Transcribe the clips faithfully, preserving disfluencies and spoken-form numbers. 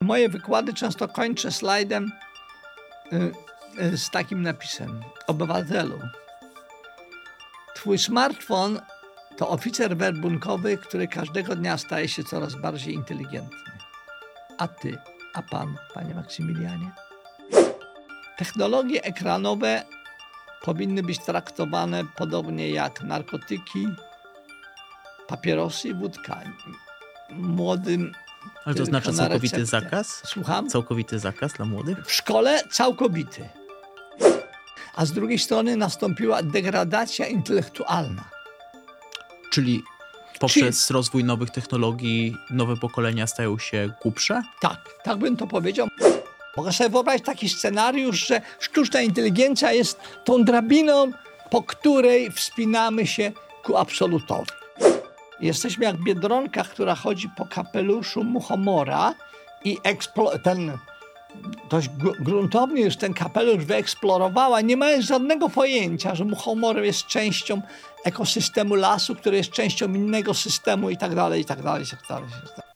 moje wykłady często kończę slajdem y, y, z takim napisem. Obywatelu, twój smartfon to oficer werbunkowy, który każdego dnia staje się coraz bardziej inteligentny. A ty, a pan, panie Maksymilianie? Technologie ekranowe powinny być traktowane podobnie jak narkotyki, papierosy i wódka. Młodym... Ale to znaczy całkowity receptę. zakaz? Słucham? Całkowity zakaz dla młodych? W szkole całkowity. A z drugiej strony nastąpiła degradacja intelektualna. Czyli poprzez Czyli... rozwój nowych technologii nowe pokolenia stają się głupsze? Tak, tak bym to powiedział. Mogę sobie wyobrazić taki scenariusz, że sztuczna inteligencja jest tą drabiną, po której wspinamy się ku absolutowi. Jesteśmy jak biedronka, która chodzi po kapeluszu muchomora i eksplo- ten dość gruntownie już ten kapelusz wyeksplorowała, nie mając żadnego pojęcia, że muchomor jest częścią ekosystemu lasu, który jest częścią innego systemu i tak dalej, i tak dalej, i tak dalej. I tak dalej.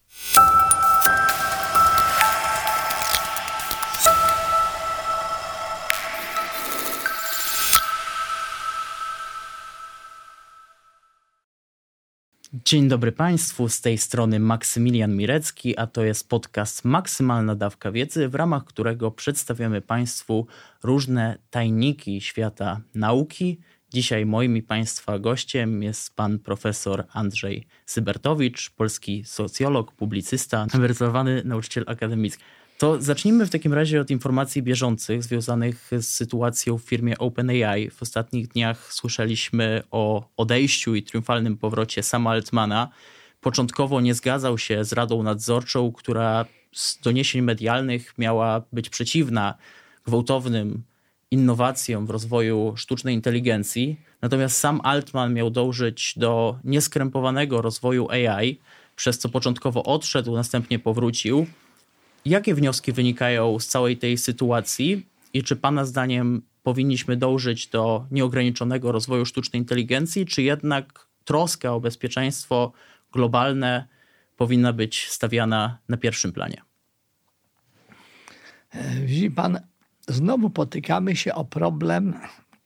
Dzień dobry Państwu, z tej strony Maksymilian Mirecki, a to jest podcast Maksymalna Dawka Wiedzy, w ramach którego przedstawiamy Państwu różne tajniki świata nauki. Dzisiaj moim i Państwa gościem jest pan profesor Andrzej Sybertowicz, polski socjolog, publicysta, emerytowany nauczyciel akademicki. To zacznijmy w takim razie od informacji bieżących związanych z sytuacją w firmie OpenAI. W ostatnich dniach słyszeliśmy o odejściu i triumfalnym powrocie Sama Altmana. Początkowo nie zgadzał się z Radą Nadzorczą, która z doniesień medialnych miała być przeciwna gwałtownym innowacjom w rozwoju sztucznej inteligencji. Natomiast sam Altman miał dążyć do nieskrępowanego rozwoju A I, przez co początkowo odszedł, następnie powrócił. Jakie wnioski wynikają z całej tej sytuacji i czy Pana zdaniem powinniśmy dążyć do nieograniczonego rozwoju sztucznej inteligencji, czy jednak troska o bezpieczeństwo globalne powinna być stawiana na pierwszym planie? Widzi Pan, znowu potykamy się o problem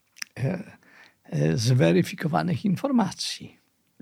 zweryfikowanych informacji.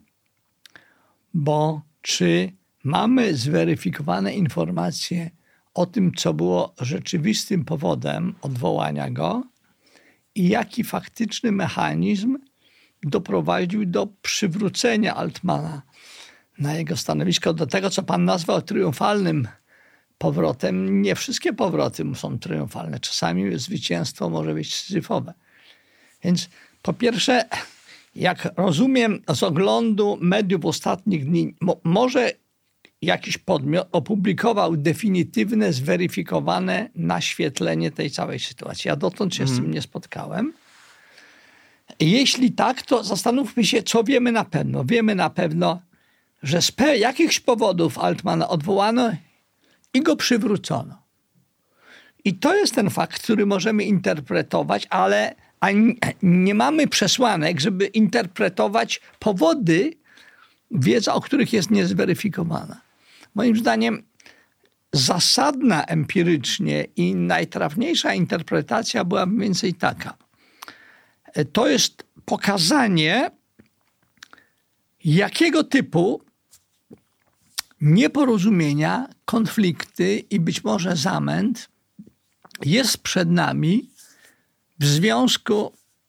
Bo czy mamy zweryfikowane informacje o tym, co było rzeczywistym powodem odwołania go i jaki faktyczny mechanizm doprowadził do przywrócenia Altmana na jego stanowisko, do tego, co pan nazwał triumfalnym powrotem. Nie wszystkie powroty są triumfalne. Czasami zwycięstwo może być syzyfowe. Więc po pierwsze, jak rozumiem z oglądu mediów ostatnich dni, mo- może jakiś podmiot opublikował definitywne, zweryfikowane naświetlenie tej całej sytuacji. Ja dotąd się mm. z tym nie spotkałem. Jeśli tak, to zastanówmy się, co wiemy na pewno. Wiemy na pewno, że z pe- jakichś powodów Altmana odwołano i go przywrócono. I to jest ten fakt, który możemy interpretować, ale a nie mamy przesłanek, żeby interpretować powody, wiedza o których jest niezweryfikowana. Moim zdaniem zasadna empirycznie i najtrafniejsza interpretacja była mniej więcej taka. To jest pokazanie, jakiego typu nieporozumienia, konflikty i być może zamęt jest przed nami w związku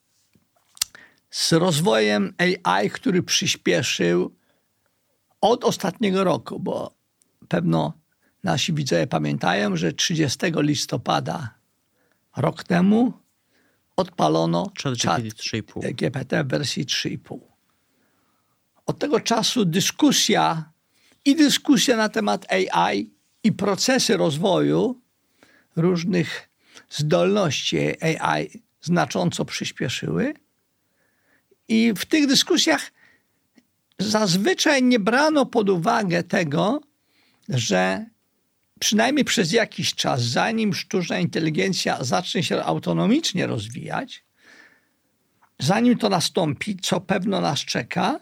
z rozwojem A I, który przyspieszył od ostatniego roku, bo pewno nasi widzowie pamiętają, że trzydziestego listopada rok temu odpalono czat G P T w wersji trzy i pół. Od tego czasu dyskusja i dyskusja na temat A I i procesy rozwoju różnych zdolności A I znacząco przyspieszyły. I w tych dyskusjach zazwyczaj nie brano pod uwagę tego, że przynajmniej przez jakiś czas, zanim sztuczna inteligencja zacznie się autonomicznie rozwijać, zanim to nastąpi, co pewno nas czeka,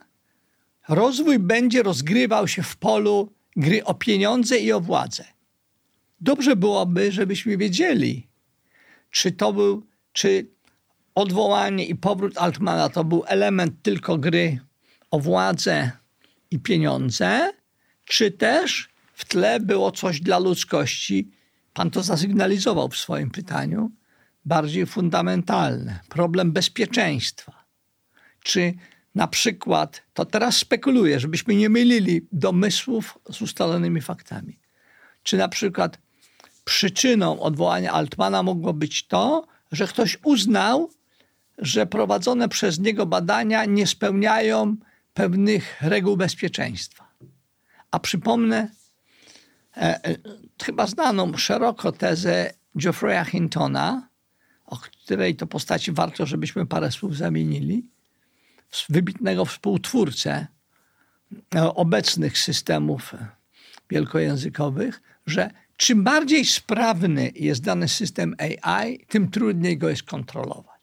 rozwój będzie rozgrywał się w polu gry o pieniądze i o władzę. dobrze byłoby, żebyśmy wiedzieli, czy to był, czy odwołanie i powrót Altmana to był element tylko gry o władzę i pieniądze, czy też w tle było coś dla ludzkości, pan to zasygnalizował w swoim pytaniu, bardziej fundamentalne. Problem bezpieczeństwa. Czy na przykład, to teraz spekuluję, żebyśmy nie mylili domysłów z ustalonymi faktami. Czy na przykład przyczyną odwołania Altmana mogło być to, że ktoś uznał, że prowadzone przez niego badania nie spełniają pewnych reguł bezpieczeństwa. A przypomnę e, e, chyba znaną szeroko tezę Geoffreya Hintona, o której to postaci warto, żebyśmy parę słów zamienili, wybitnego współtwórcę e, obecnych systemów wielkojęzykowych, że czym bardziej sprawny jest dany system A I, tym trudniej go jest kontrolować.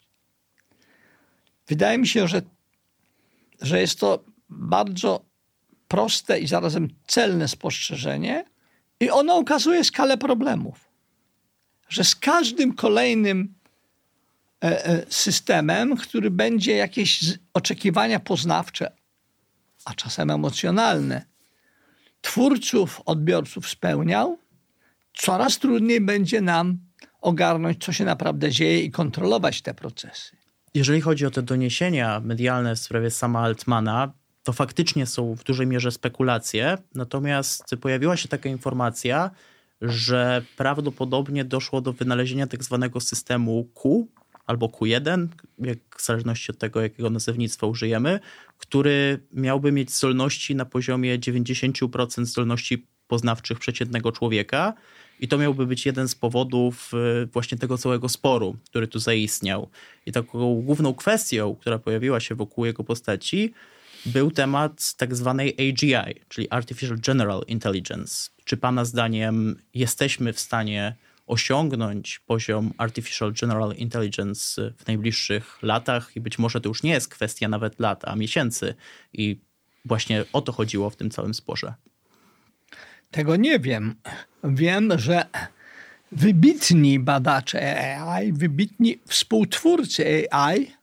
Wydaje mi się, że, że jest to bardzo proste i zarazem celne spostrzeżenie i ono ukazuje skalę problemów. Że z każdym kolejnym e, e, systemem, który będzie jakieś oczekiwania poznawcze, a czasem emocjonalne, twórców, odbiorców spełniał, coraz trudniej będzie nam ogarnąć, co się naprawdę dzieje i kontrolować te procesy. Jeżeli chodzi o te doniesienia medialne w sprawie sama Altmana, to faktycznie są w dużej mierze spekulacje, natomiast pojawiła się taka informacja, że prawdopodobnie doszło do wynalezienia tak zwanego systemu Q albo Q jeden, jak w zależności od tego, jakiego nazewnictwa użyjemy, który miałby mieć zdolności na poziomie dziewięćdziesiąt procent zdolności poznawczych przeciętnego człowieka i to miałby być jeden z powodów właśnie tego całego sporu, który tu zaistniał. I taką główną kwestią, która pojawiła się wokół jego postaci, był temat tak zwanej A G I, czyli Artificial General Intelligence. Czy pana zdaniem jesteśmy w stanie osiągnąć poziom Artificial General Intelligence w najbliższych latach i być może to już nie jest kwestia nawet lat, a miesięcy i właśnie o to chodziło w tym całym sporze? Tego nie wiem. Wiem, że wybitni badacze A I, wybitni współtwórcy A I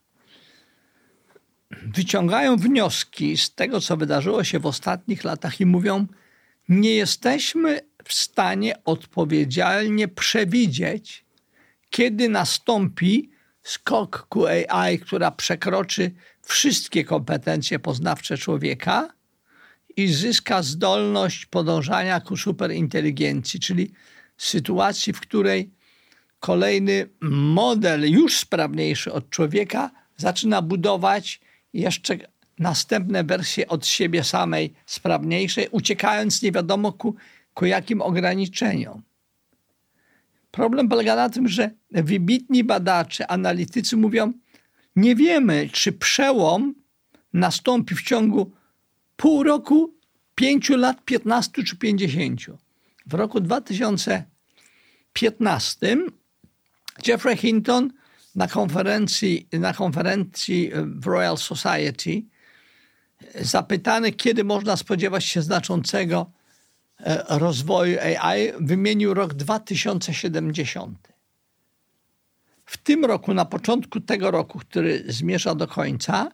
wyciągają wnioski z tego, co wydarzyło się w ostatnich latach i mówią, nie jesteśmy w stanie odpowiedzialnie przewidzieć, kiedy nastąpi skok ku A I, która przekroczy wszystkie kompetencje poznawcze człowieka i zyska zdolność podążania ku superinteligencji, czyli sytuacji, w której kolejny model już sprawniejszy od człowieka zaczyna budować jeszcze następne wersje od siebie samej sprawniejszej, uciekając nie wiadomo ku, ku jakim ograniczeniom. Problem polega na tym, że wybitni badacze, analitycy mówią, nie wiemy, czy przełom nastąpi w ciągu pół roku, pięciu lat, piętnastu czy pięćdziesięciu. W roku dwa tysiące piętnastym Geoffrey Hinton na konferencji, na konferencji w Royal Society zapytany, kiedy można spodziewać się znaczącego rozwoju A I, wymienił rok dwa tysiące siedemdziesiąty. W tym roku, na początku tego roku, który zmierza do końca,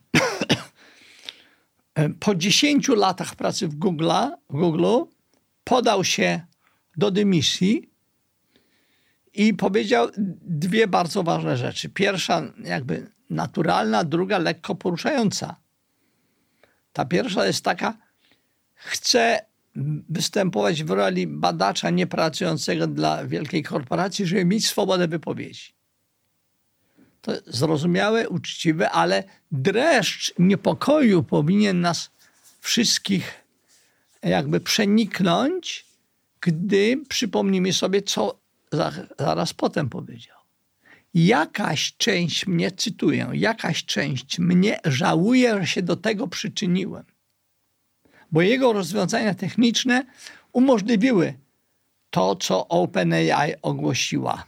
po dziesięciu latach pracy w Google'a, w Google podał się do dymisji i powiedział dwie bardzo ważne rzeczy. Pierwsza jakby naturalna, druga lekko poruszająca. Ta pierwsza jest taka, chcę występować w roli badacza niepracującego dla wielkiej korporacji, żeby mieć swobodę wypowiedzi. To zrozumiałe, uczciwe, ale dreszcz niepokoju powinien nas wszystkich jakby przeniknąć, gdy przypomnimy sobie, co zaraz potem powiedział. Jakaś część mnie, cytuję, jakaś część mnie żałuje, że się do tego przyczyniłem. Bo jego rozwiązania techniczne umożliwiły to, co OpenAI ogłosiła.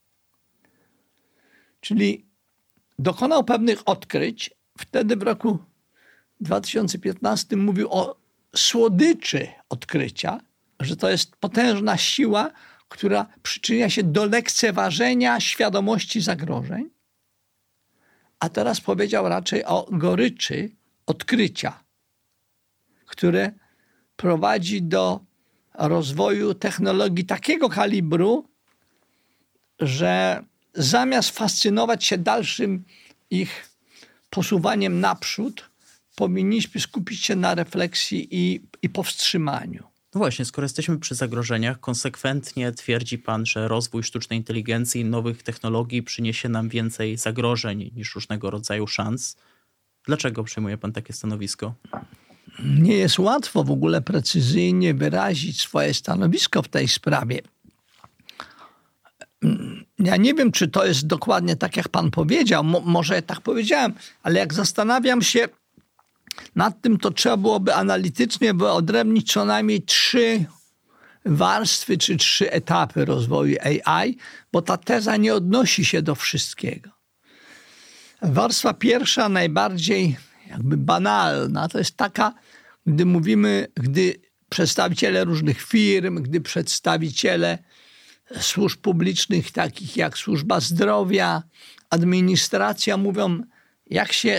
Czyli dokonał pewnych odkryć. Wtedy w roku dwa tysiące piętnastym mówił o słodyczy odkrycia, że to jest potężna siła, która przyczynia się do lekceważenia świadomości zagrożeń, a teraz powiedział raczej o goryczy odkrycia, które prowadzi do rozwoju technologii takiego kalibru, że zamiast fascynować się dalszym ich posuwaniem naprzód, powinniśmy skupić się na refleksji i, i powstrzymaniu. No właśnie, skoro jesteśmy przy zagrożeniach, konsekwentnie twierdzi pan, że rozwój sztucznej inteligencji i nowych technologii przyniesie nam więcej zagrożeń niż różnego rodzaju szans. Dlaczego przyjmuje pan takie stanowisko? Nie jest łatwo w ogóle precyzyjnie wyrazić swoje stanowisko w tej sprawie. Ja nie wiem, czy to jest dokładnie tak, jak pan powiedział. Mo- może tak powiedziałem, ale jak zastanawiam się nad tym, to trzeba byłoby analitycznie wyodrębnić co najmniej trzy warstwy czy trzy etapy rozwoju A I, bo ta teza nie odnosi się do wszystkiego. Warstwa pierwsza, najbardziej jakby banalna, to jest taka, gdy mówimy, gdy przedstawiciele różnych firm, gdy przedstawiciele służb publicznych, takich jak służba zdrowia, administracja, mówią, jak się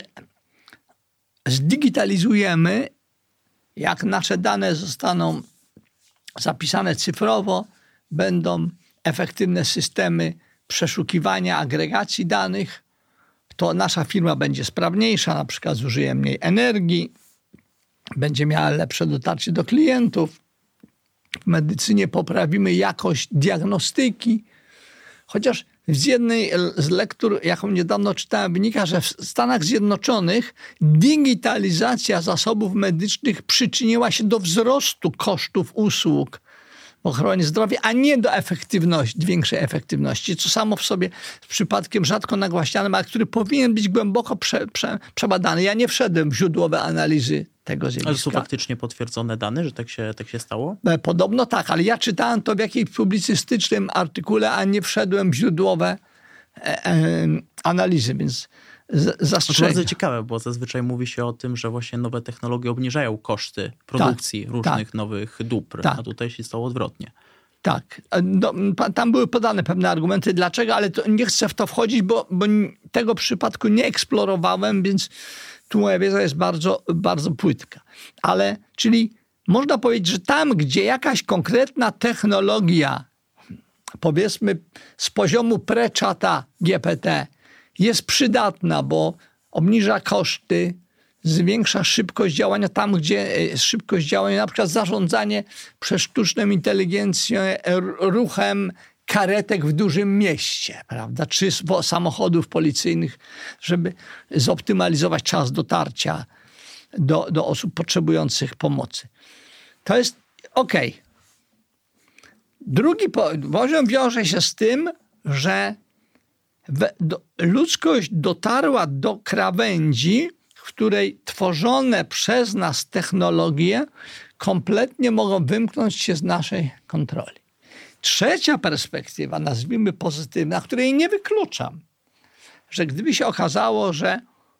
zdigitalizujemy, jak nasze dane zostaną zapisane cyfrowo, będą efektywne systemy przeszukiwania, agregacji danych, to nasza firma będzie sprawniejsza, na przykład zużyje mniej energii, będzie miała lepsze dotarcie do klientów. W medycynie poprawimy jakość diagnostyki. Chociaż z jednej z lektur, jaką niedawno czytałem, wynika, że w Stanach Zjednoczonych digitalizacja zasobów medycznych przyczyniła się do wzrostu kosztów usług w ochronie zdrowia, a nie do efektywności, większej efektywności, co samo w sobie z przypadkiem rzadko nagłaśnianym, ale który powinien być głęboko prze, prze, przebadany. Ja nie wszedłem w źródłowe analizy tego zjawiska. Ale są faktycznie potwierdzone dane, że tak się, tak się stało? Podobno tak, ale ja czytałem to w jakimś publicystycznym artykule, a nie wszedłem w źródłowe e, e, analizy, więc zastrzegam. To bardzo ciekawe, bo zazwyczaj mówi się o tym, że właśnie nowe technologie obniżają koszty produkcji tak, różnych tak, nowych dóbr, tak. A tutaj się stało odwrotnie. Tak. No, tam były podane pewne argumenty dlaczego, ale to nie chcę w to wchodzić, bo, bo tego przypadku nie eksplorowałem, więc tu moja wiedza jest bardzo, bardzo płytka. Ale, czyli można powiedzieć, że tam, gdzie jakaś konkretna technologia, powiedzmy z poziomu pre-czata G P T, jest przydatna, bo obniża koszty, zwiększa szybkość działania tam, gdzie szybkość działania, na przykład zarządzanie przez sztuczną inteligencję ruchem karetek w dużym mieście, prawda, czy samochodów policyjnych, żeby zoptymalizować czas dotarcia do, do osób potrzebujących pomocy. To jest okej. Okay. Drugi poziom wiąże się z tym, że we, do, ludzkość dotarła do krawędzi, w której tworzone przez nas technologie kompletnie mogą wymknąć się z naszej kontroli. Trzecia perspektywa, nazwijmy pozytywna, której nie wykluczam, że gdyby się okazało, że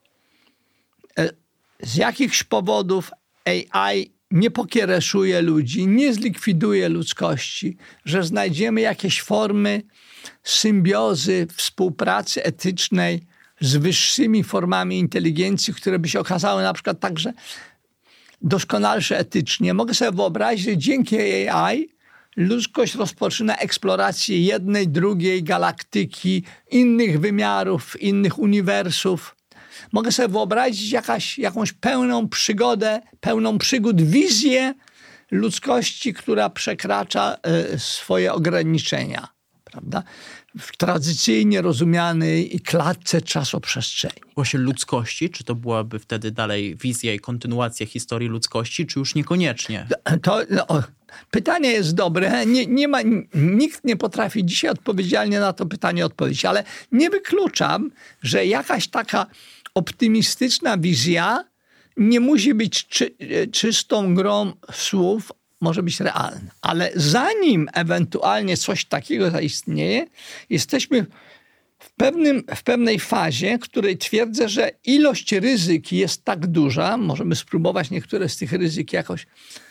z jakichś powodów A I nie pokiereszuje ludzi, nie zlikwiduje ludzkości, że znajdziemy jakieś formy symbiozy, współpracy etycznej z wyższymi formami inteligencji, które by się okazały na przykład także doskonalsze etycznie. Mogę sobie wyobrazić, że dzięki A I ludzkość rozpoczyna eksplorację jednej, drugiej galaktyki, innych wymiarów, innych uniwersów. Mogę sobie wyobrazić jakaś, jakąś pełną przygodę, pełną przygód, wizję ludzkości, która przekracza y, swoje ograniczenia, prawda? W tradycyjnie rozumianej klatce czasoprzestrzeni. Właśnie ludzkości, czy to byłaby wtedy dalej wizja i kontynuacja historii ludzkości, czy już niekoniecznie? To, no, pytanie jest dobre. Nie, nie ma, nikt nie potrafi dzisiaj odpowiedzialnie na to pytanie odpowiedzieć, ale nie wykluczam, że jakaś taka optymistyczna wizja nie musi być czy, czystą grą słów, może być realna. Ale zanim ewentualnie coś takiego zaistnieje, jesteśmy w, pewnym, w pewnej fazie, w której twierdzę, że ilość ryzyk jest tak duża, możemy spróbować niektóre z tych ryzyk jakoś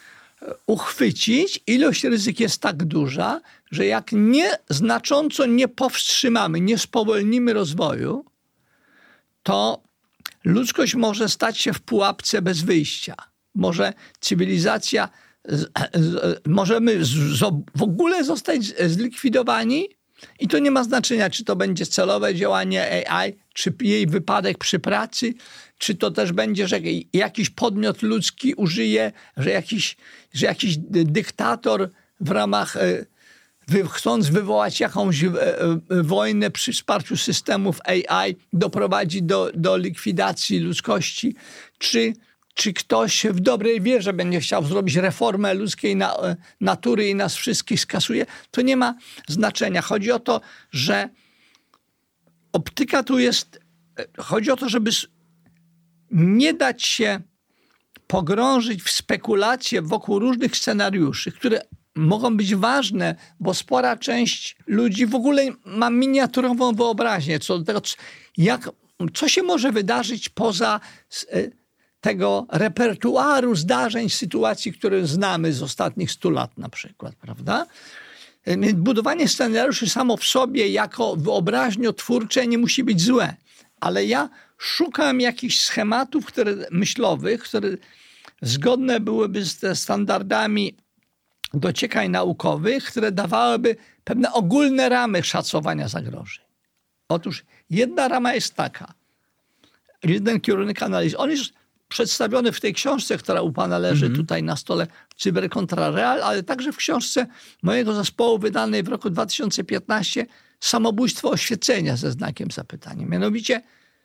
uchwycić, ilość ryzyk jest tak duża, że jak nie znacząco nie powstrzymamy, nie spowolnimy rozwoju, to ludzkość może stać się w pułapce bez wyjścia. Może cywilizacja, z, z, możemy z, z, w ogóle zostać zlikwidowani i to nie ma znaczenia, czy to będzie celowe działanie A I, czy jej wypadek przy pracy, czy to też będzie, że jakiś podmiot ludzki użyje, że jakiś, że jakiś dyktator w ramach, chcąc wywołać jakąś wojnę przy wsparciu systemów A I, doprowadzi do, do likwidacji ludzkości, czy, czy ktoś w dobrej wierze będzie chciał zrobić reformę ludzkiej na, natury i nas wszystkich skasuje. To nie ma znaczenia. Chodzi o to, że optyka tu jest, chodzi o to, żeby nie dać się pogrążyć w spekulacje wokół różnych scenariuszy, które mogą być ważne, bo spora część ludzi w ogóle ma miniaturową wyobraźnię co do tego, jak, co się może wydarzyć poza tego repertuaru zdarzeń, sytuacji, które znamy z ostatnich stu lat na przykład, prawda? Budowanie scenariuszy samo w sobie jako wyobraźniotwórcze nie musi być złe, ale ja szukam jakichś schematów które, myślowych, które zgodne byłyby z standardami dociekań naukowych, które dawałyby pewne ogólne ramy szacowania zagrożeń. Otóż jedna rama jest taka, jeden kierunek analizy. On jest przedstawiony w tej książce, która u pana leży mm-hmm. tutaj na stole, Cyber kontra Real, ale także w książce mojego zespołu wydanej w roku dwa tysiące piętnastym Samobójstwo oświecenia ze znakiem zapytania. Mianowicie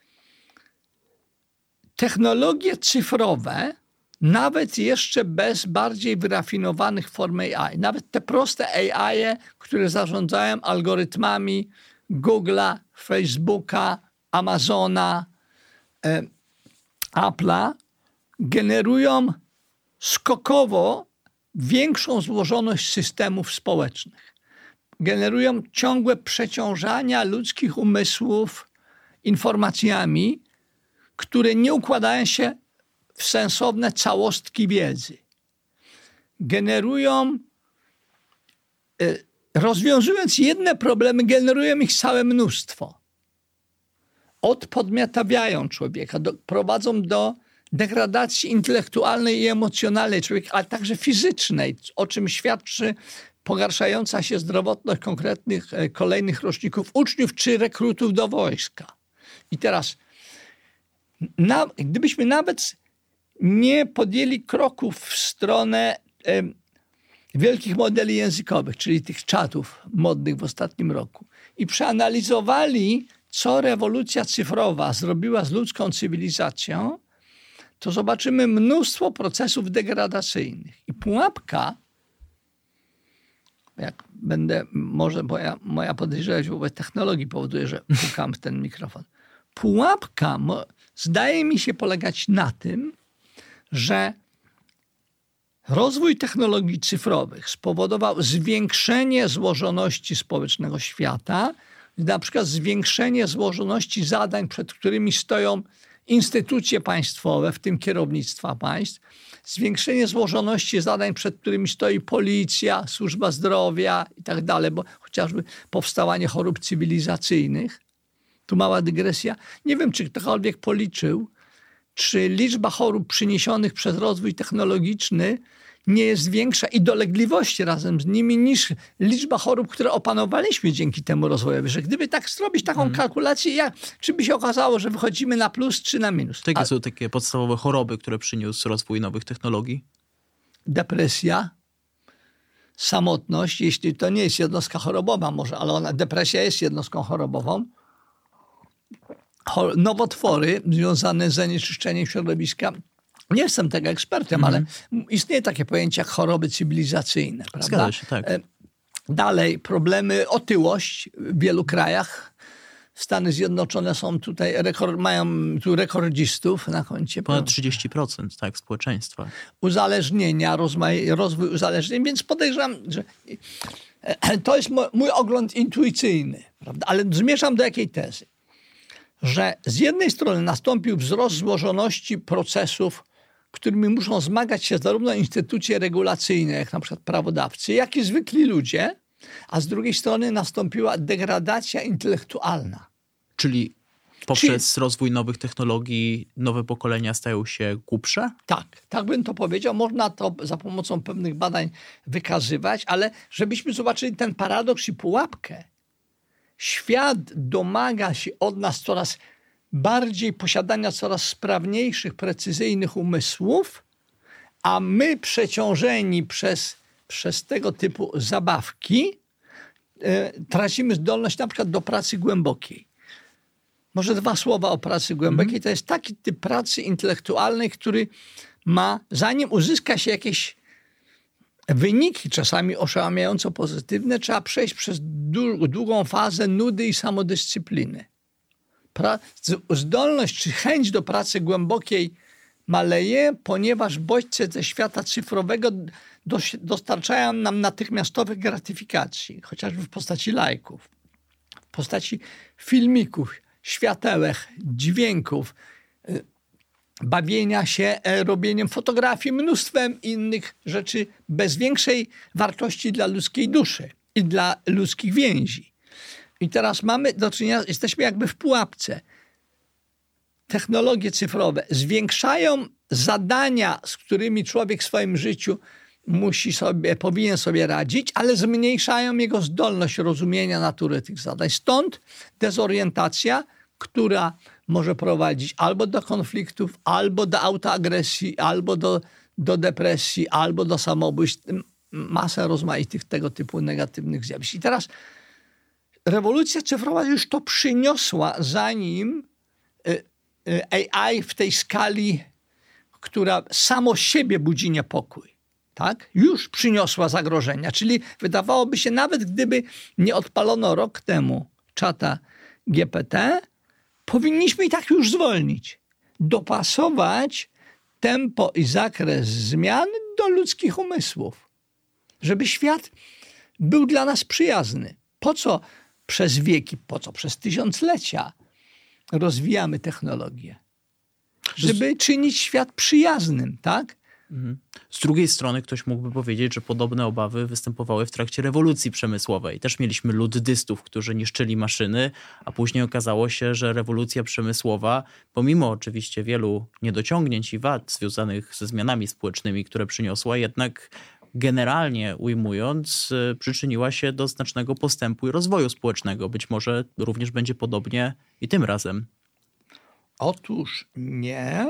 technologie cyfrowe, nawet jeszcze bez bardziej wyrafinowanych form A I, nawet te proste A I, które zarządzają algorytmami Google'a, Facebooka, Amazona, e, Apple'a, generują skokowo większą złożoność systemów społecznych. Generują ciągłe przeciążania ludzkich umysłów informacjami, które nie układają się w sensowne całostki wiedzy. Generują, rozwiązując jedne problemy, generują ich całe mnóstwo. Odpodmiotawiają człowieka, do, prowadzą do degradacji intelektualnej i emocjonalnej człowieka, ale także fizycznej, o czym świadczy pogarszająca się zdrowotność konkretnych kolejnych roczników uczniów czy rekrutów do wojska. I teraz, na, gdybyśmy nawet nie podjęli kroków w stronę e, wielkich modeli językowych, czyli tych czatów modnych w ostatnim roku i przeanalizowali, co rewolucja cyfrowa zrobiła z ludzką cywilizacją, to zobaczymy mnóstwo procesów degradacyjnych. I pułapka, jak będę, może moja, moja podejrzliwość wobec technologii powoduje, że pukam w ten mikrofon. Pułapka mo, zdaje mi się polegać na tym, że rozwój technologii cyfrowych spowodował zwiększenie złożoności społecznego świata, na przykład zwiększenie złożoności zadań, przed którymi stoją instytucje państwowe, w tym kierownictwa państw, zwiększenie złożoności zadań, przed którymi stoi policja, służba zdrowia i tak dalej, bo chociażby powstawanie chorób cywilizacyjnych. Tu mała dygresja. Nie wiem, czy ktokolwiek policzył, czy liczba chorób przyniesionych przez rozwój technologiczny nie jest większa i dolegliwości razem z nimi niż liczba chorób, które opanowaliśmy dzięki temu rozwojowi. Że gdyby tak zrobić taką hmm. kalkulację, jak, czy by się okazało, że wychodzimy na plus czy na minus? Jakie A... są takie podstawowe choroby, które przyniósł rozwój nowych technologii? Depresja, samotność, jeśli to nie jest jednostka chorobowa może, ale ona, depresja jest jednostką chorobową. Nowotwory związane z zanieczyszczeniem środowiska. Nie jestem tego ekspertem, mm. ale istnieje takie pojęcie jak choroby cywilizacyjne. Prawda? Zgadza się, tak. Dalej problemy, otyłość w wielu krajach. Stany Zjednoczone są tutaj, rekord, mają tu rekordzistów na koncie. Ponad trzydzieści procent tak, społeczeństwa. Uzależnienia, rozmai, rozwój uzależnień, więc podejrzewam, że to jest mój ogląd intuicyjny. Prawda? Ale zmierzam do jakiej tezy? Że z jednej strony nastąpił wzrost złożoności procesów, którymi muszą zmagać się zarówno instytucje regulacyjne, jak na przykład prawodawcy, jak i zwykli ludzie, a z drugiej strony nastąpiła degradacja intelektualna. Czyli poprzez Czyli... rozwój nowych technologii nowe pokolenia stają się głupsze? Tak, tak bym to powiedział. Można to za pomocą pewnych badań wykazywać, ale żebyśmy zobaczyli ten paradoks i pułapkę. Świat domaga się od nas coraz bardziej posiadania coraz sprawniejszych, precyzyjnych umysłów, a my przeciążeni przez, przez tego typu zabawki e, tracimy zdolność na przykład do pracy głębokiej. Może dwa słowa o pracy głębokiej. Mm. To jest taki typ pracy intelektualnej, który ma, zanim uzyska się jakieś wyniki, czasami oszałamiająco pozytywne, trzeba przejść przez długą fazę nudy i samodyscypliny. Pra- zdolność czy chęć do pracy głębokiej maleje, ponieważ bodźce ze świata cyfrowego do, dostarczają nam natychmiastowych gratyfikacji, chociażby w postaci lajków, w postaci filmików, światełek, dźwięków, y, bawienia się e, robieniem fotografii, mnóstwem innych rzeczy bez większej wartości dla ludzkiej duszy i dla ludzkich więzi. I teraz mamy do czynienia, jesteśmy jakby w pułapce. Technologie cyfrowe zwiększają zadania, z którymi człowiek w swoim życiu musi sobie, powinien sobie radzić, ale zmniejszają jego zdolność rozumienia natury tych zadań. Stąd dezorientacja, która może prowadzić albo do konfliktów, albo do autoagresji, albo do, do depresji, albo do samobójstw. Masę rozmaitych tego typu negatywnych zjawisk. I teraz rewolucja cyfrowa już to przyniosła, zanim A I w tej skali, która samo siebie budzi niepokój, tak? Już przyniosła zagrożenia. Czyli wydawałoby się, nawet gdyby nie odpalono rok temu czata G P T, powinniśmy i tak już zwolnić. Dopasować tempo i zakres zmian do ludzkich umysłów. Żeby świat był dla nas przyjazny. Po co przez wieki, po co przez tysiąclecia rozwijamy technologię? Żeby czynić świat przyjaznym, tak? Z drugiej strony ktoś mógłby powiedzieć, że podobne obawy występowały w trakcie rewolucji przemysłowej. Też mieliśmy luddystów, którzy niszczyli maszyny, a później okazało się, że rewolucja przemysłowa, pomimo oczywiście wielu niedociągnięć i wad związanych ze zmianami społecznymi, które przyniosła, jednak generalnie ujmując, przyczyniła się do znacznego postępu i rozwoju społecznego. Być może również będzie podobnie i tym razem. Otóż nie.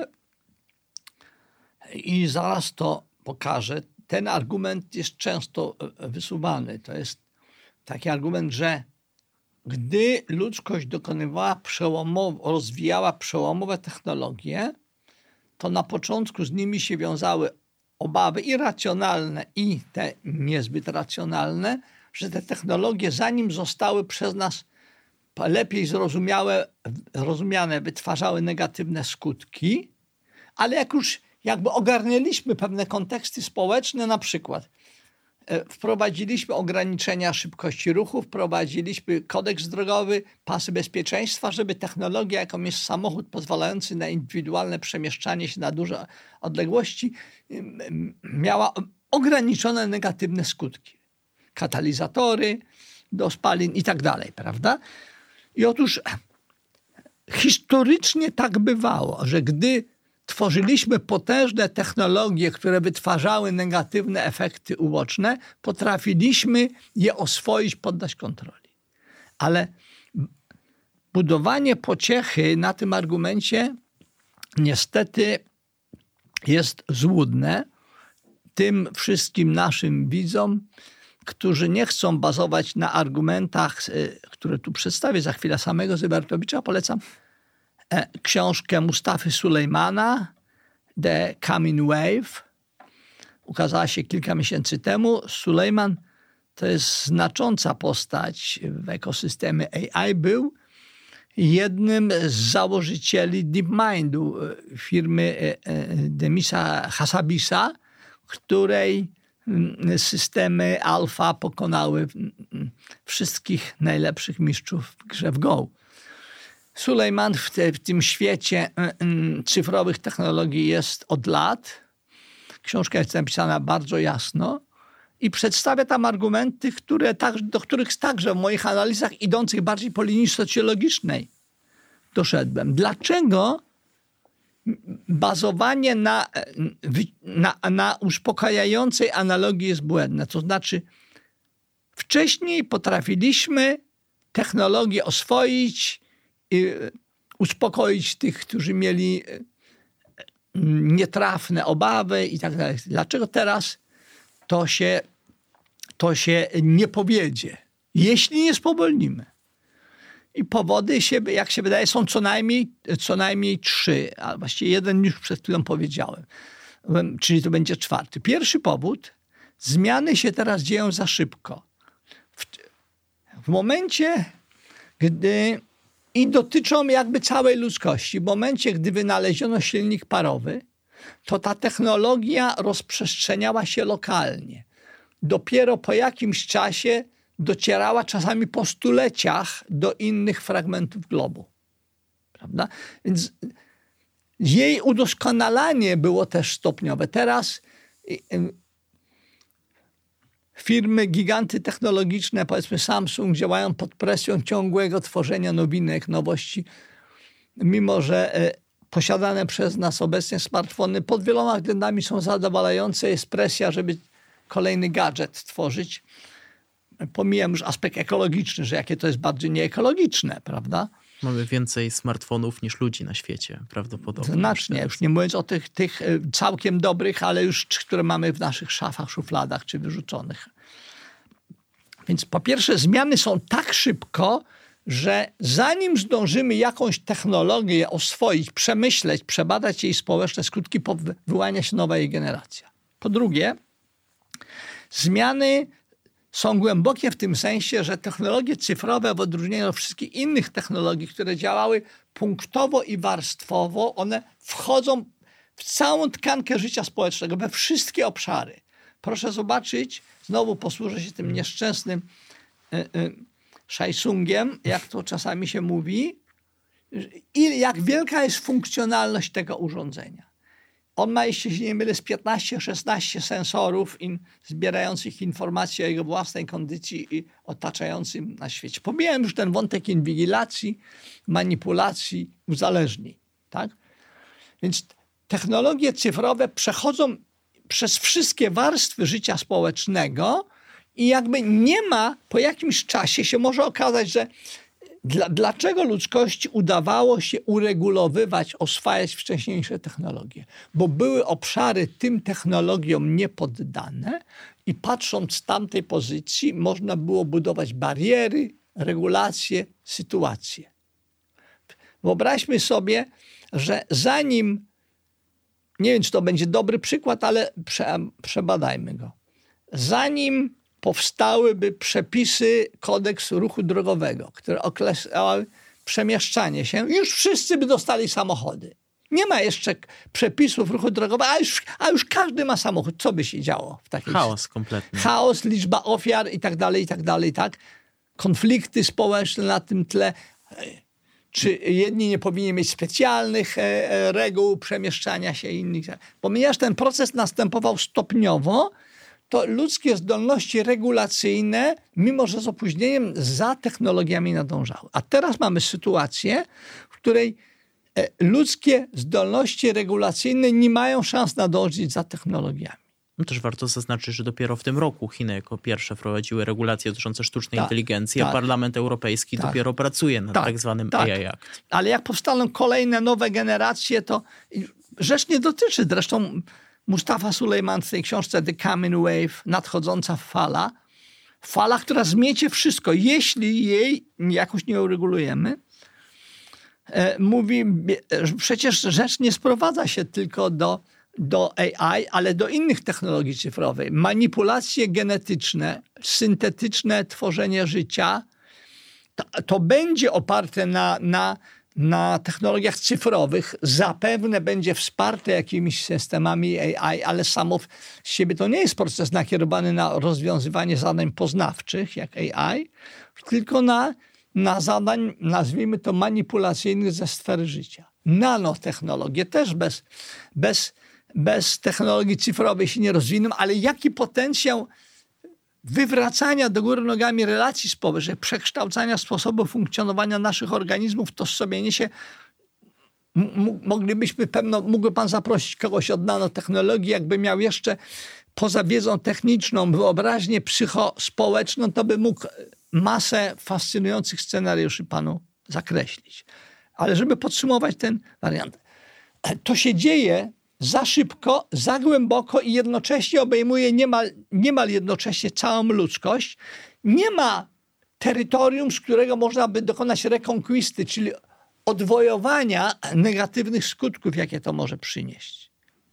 I zaraz to pokażę. Ten argument jest często wysuwany. To jest taki argument, że gdy ludzkość dokonywała przełomowe, rozwijała przełomowe technologie, to na początku z nimi się wiązały obawy i racjonalne, i te niezbyt racjonalne, że te technologie, zanim zostały przez nas lepiej zrozumiałe, zrozumiane, wytwarzały negatywne skutki, ale jak już jakby ogarnęliśmy pewne konteksty społeczne, na przykład wprowadziliśmy ograniczenia szybkości ruchu, wprowadziliśmy kodeks drogowy, pasy bezpieczeństwa, żeby technologia, jaką jest samochód pozwalający na indywidualne przemieszczanie się na duże odległości, miała ograniczone negatywne skutki. Katalizatory do spalin i tak dalej, prawda? I otóż historycznie tak bywało, że gdy tworzyliśmy potężne technologie, które wytwarzały negatywne efekty uboczne, potrafiliśmy je oswoić, poddać kontroli. Ale budowanie pociechy na tym argumencie niestety jest złudne. Tym wszystkim naszym widzom, którzy nie chcą bazować na argumentach, które tu przedstawię za chwilę, samego Zybertowicza, polecam książkę Mustafy Sulejmana, The Coming Wave. Ukazała się kilka miesięcy temu. Sulejman to jest znacząca postać w ekosystemie A I. Był jednym z założycieli DeepMindu, firmy Demisa Hassabisa, której systemy alfa pokonały wszystkich najlepszych mistrzów w grze w Go. Sulejman w, te, w tym świecie y, y, cyfrowych technologii jest od lat. Książka jest napisana bardzo jasno i przedstawia tam argumenty, które, do których także w moich analizach idących bardziej po linii socjologicznej doszedłem. Dlaczego bazowanie na, na, na uspokajającej analogii jest błędne? To znaczy, wcześniej potrafiliśmy technologię oswoić, uspokoić tych, którzy mieli nietrafne obawy i tak dalej. Dlaczego teraz to się, to się nie powiedzie, jeśli nie spowolnimy? I powody, się, jak się wydaje, są co najmniej, co najmniej trzy, a właściwie jeden już przed chwilą powiedziałem, czyli to będzie czwarty. Pierwszy powód, zmiany się teraz dzieją za szybko. W, w momencie, gdy i dotyczą jakby całej ludzkości. W momencie, gdy wynaleziono silnik parowy, to ta technologia rozprzestrzeniała się lokalnie. Dopiero po jakimś czasie docierała, czasami po stuleciach, do innych fragmentów globu. Prawda? Więc jej udoskonalanie było też stopniowe. Teraz firmy, giganty technologiczne, powiedzmy Samsung, działają pod presją ciągłego tworzenia nowinek, nowości. Mimo że posiadane przez nas obecnie smartfony pod wieloma względami są zadowalające, jest presja, żeby kolejny gadżet tworzyć. Pomijam już aspekt ekologiczny, że jakie to jest bardziej nieekologiczne, prawda? Mamy więcej smartfonów niż ludzi na świecie, prawdopodobnie. Znacznie, już nie mówiąc o tych, tych całkiem dobrych, ale już które mamy w naszych szafach, szufladach czy wyrzuconych. Więc po pierwsze zmiany są tak szybko, że zanim zdążymy jakąś technologię oswoić, przemyśleć, przebadać jej społeczne skutki, wyłania się nowa jej generacja. Po drugie, zmiany są głębokie w tym sensie, że technologie cyfrowe w odróżnieniu od wszystkich innych technologii, które działały punktowo i warstwowo, one wchodzą w całą tkankę życia społecznego, we wszystkie obszary. Proszę zobaczyć, znowu posłużę się tym nieszczęsnym y, y, Samsungiem, jak to czasami się mówi, i jak wielka jest funkcjonalność tego urządzenia. On ma, jeśli się nie mylę, z piętnaście szesnaście sensorów in, zbierających informacje o jego własnej kondycji i otaczającym na świecie. Pomijałem już ten wątek inwigilacji, manipulacji, uzależnień. Tak? Więc technologie cyfrowe przechodzą przez wszystkie warstwy życia społecznego i jakby nie ma, po jakimś czasie się może okazać, że Dla, dlaczego ludzkości udawało się uregulowywać, oswajać wcześniejsze technologie? Bo były obszary tym technologiom niepoddane i patrząc z tamtej pozycji można było budować bariery, regulacje, sytuacje. Wyobraźmy sobie, że zanim, nie wiem, czy to będzie dobry przykład, ale prze, przebadajmy go. Zanim powstałyby przepisy kodeksu ruchu drogowego, które określały przemieszczanie się, już wszyscy by dostali samochody. Nie ma jeszcze przepisów ruchu drogowego, a już, a już każdy ma samochód. Co by się działo w takiej Chaos sytuacji? kompletny. Chaos, liczba ofiar i tak dalej, i tak dalej, tak? Konflikty społeczne na tym tle. Czy jedni nie powinni mieć specjalnych e, reguł przemieszczania się innych. Ponieważ ten proces następował stopniowo, to ludzkie zdolności regulacyjne, mimo że z opóźnieniem, za technologiami nadążały. A teraz mamy sytuację, w której ludzkie zdolności regulacyjne nie mają szans nadążyć za technologiami. No też warto zaznaczyć, że dopiero w tym roku Chiny jako pierwsze wprowadziły regulacje dotyczące sztucznej tak, inteligencji, tak, a Parlament Europejski tak, dopiero pracuje nad tak, tak zwanym tak. A I Act. Ale jak powstaną kolejne nowe generacje, to rzecz nie dotyczy. Zresztą Mustafa Sulejman w tej książce The Coming Wave, nadchodząca fala, fala, która zmiecie wszystko, jeśli jej jakoś nie uregulujemy, e, mówi, że przecież rzecz nie sprowadza się tylko do, do A I, ale do innych technologii cyfrowych. Manipulacje genetyczne, syntetyczne tworzenie życia, to, to będzie oparte na, na na technologiach cyfrowych, zapewne będzie wsparte jakimiś systemami A I, ale samo w siebie to nie jest proces nakierowany na rozwiązywanie zadań poznawczych, jak A I, tylko na, na zadań, nazwijmy to manipulacyjnych ze sfery życia. Nanotechnologie też bez, bez, bez technologii cyfrowej się nie rozwiną, ale jaki potencjał wywracania do góry nogami relacji społecznych, przekształcania sposobu funkcjonowania naszych organizmów, to sobie niesie. M- moglibyśmy pewno, mógłby pan zaprosić kogoś od nanotechnologii, jakby miał jeszcze poza wiedzą techniczną wyobraźnię psychospołeczną, to by mógł masę fascynujących scenariuszy panu zakreślić. Ale żeby podsumować ten wariant, to się dzieje za szybko, za głęboko i jednocześnie obejmuje niemal, niemal jednocześnie całą ludzkość. Nie ma terytorium, z którego można by dokonać rekonkwisty, czyli odwojowania negatywnych skutków, jakie to może przynieść.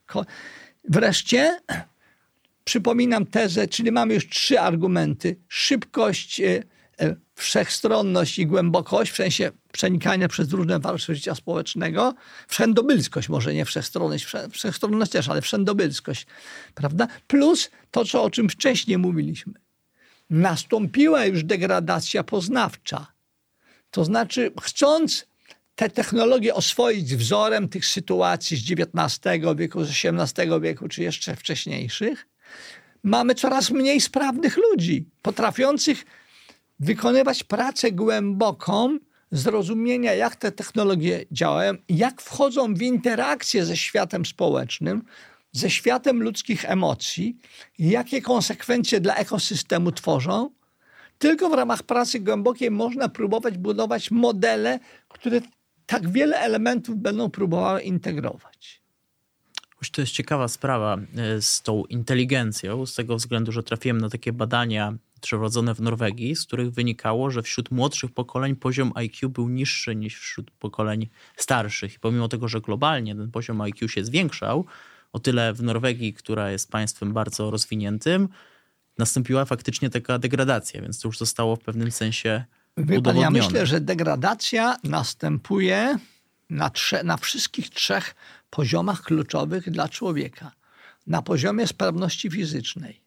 Wreszcie przypominam tezę, czyli mamy już trzy argumenty. Szybkość, wszechstronność i głębokość, w sensie przenikania przez różne warstwy życia społecznego. Wszędobylskość, może nie wszechstronność, wszechstronność też, ale wszędobylskość, prawda? Plus to, co, o czym wcześniej mówiliśmy. Nastąpiła już degradacja poznawcza. To znaczy, chcąc te technologie oswoić wzorem tych sytuacji z dziewiętnastego wieku, z osiemnastego wieku, czy jeszcze wcześniejszych, mamy coraz mniej sprawnych ludzi, potrafiących wykonywać pracę głęboką, zrozumienia, jak te technologie działają, jak wchodzą w interakcję ze światem społecznym, ze światem ludzkich emocji, jakie konsekwencje dla ekosystemu tworzą. Tylko w ramach pracy głębokiej można próbować budować modele, które tak wiele elementów będą próbowały integrować. To jest ciekawa sprawa z tą inteligencją, z tego względu, że trafiłem na takie badania przeprowadzone w Norwegii, z których wynikało, że wśród młodszych pokoleń poziom I Q był niższy niż wśród pokoleń starszych. I pomimo tego, że globalnie ten poziom I Q się zwiększał, o tyle w Norwegii, która jest państwem bardzo rozwiniętym, nastąpiła faktycznie taka degradacja, więc to już zostało w pewnym sensie Wie pan, ja myślę, że degradacja następuje na, trze- na wszystkich trzech poziomach kluczowych dla człowieka. Na poziomie sprawności fizycznej.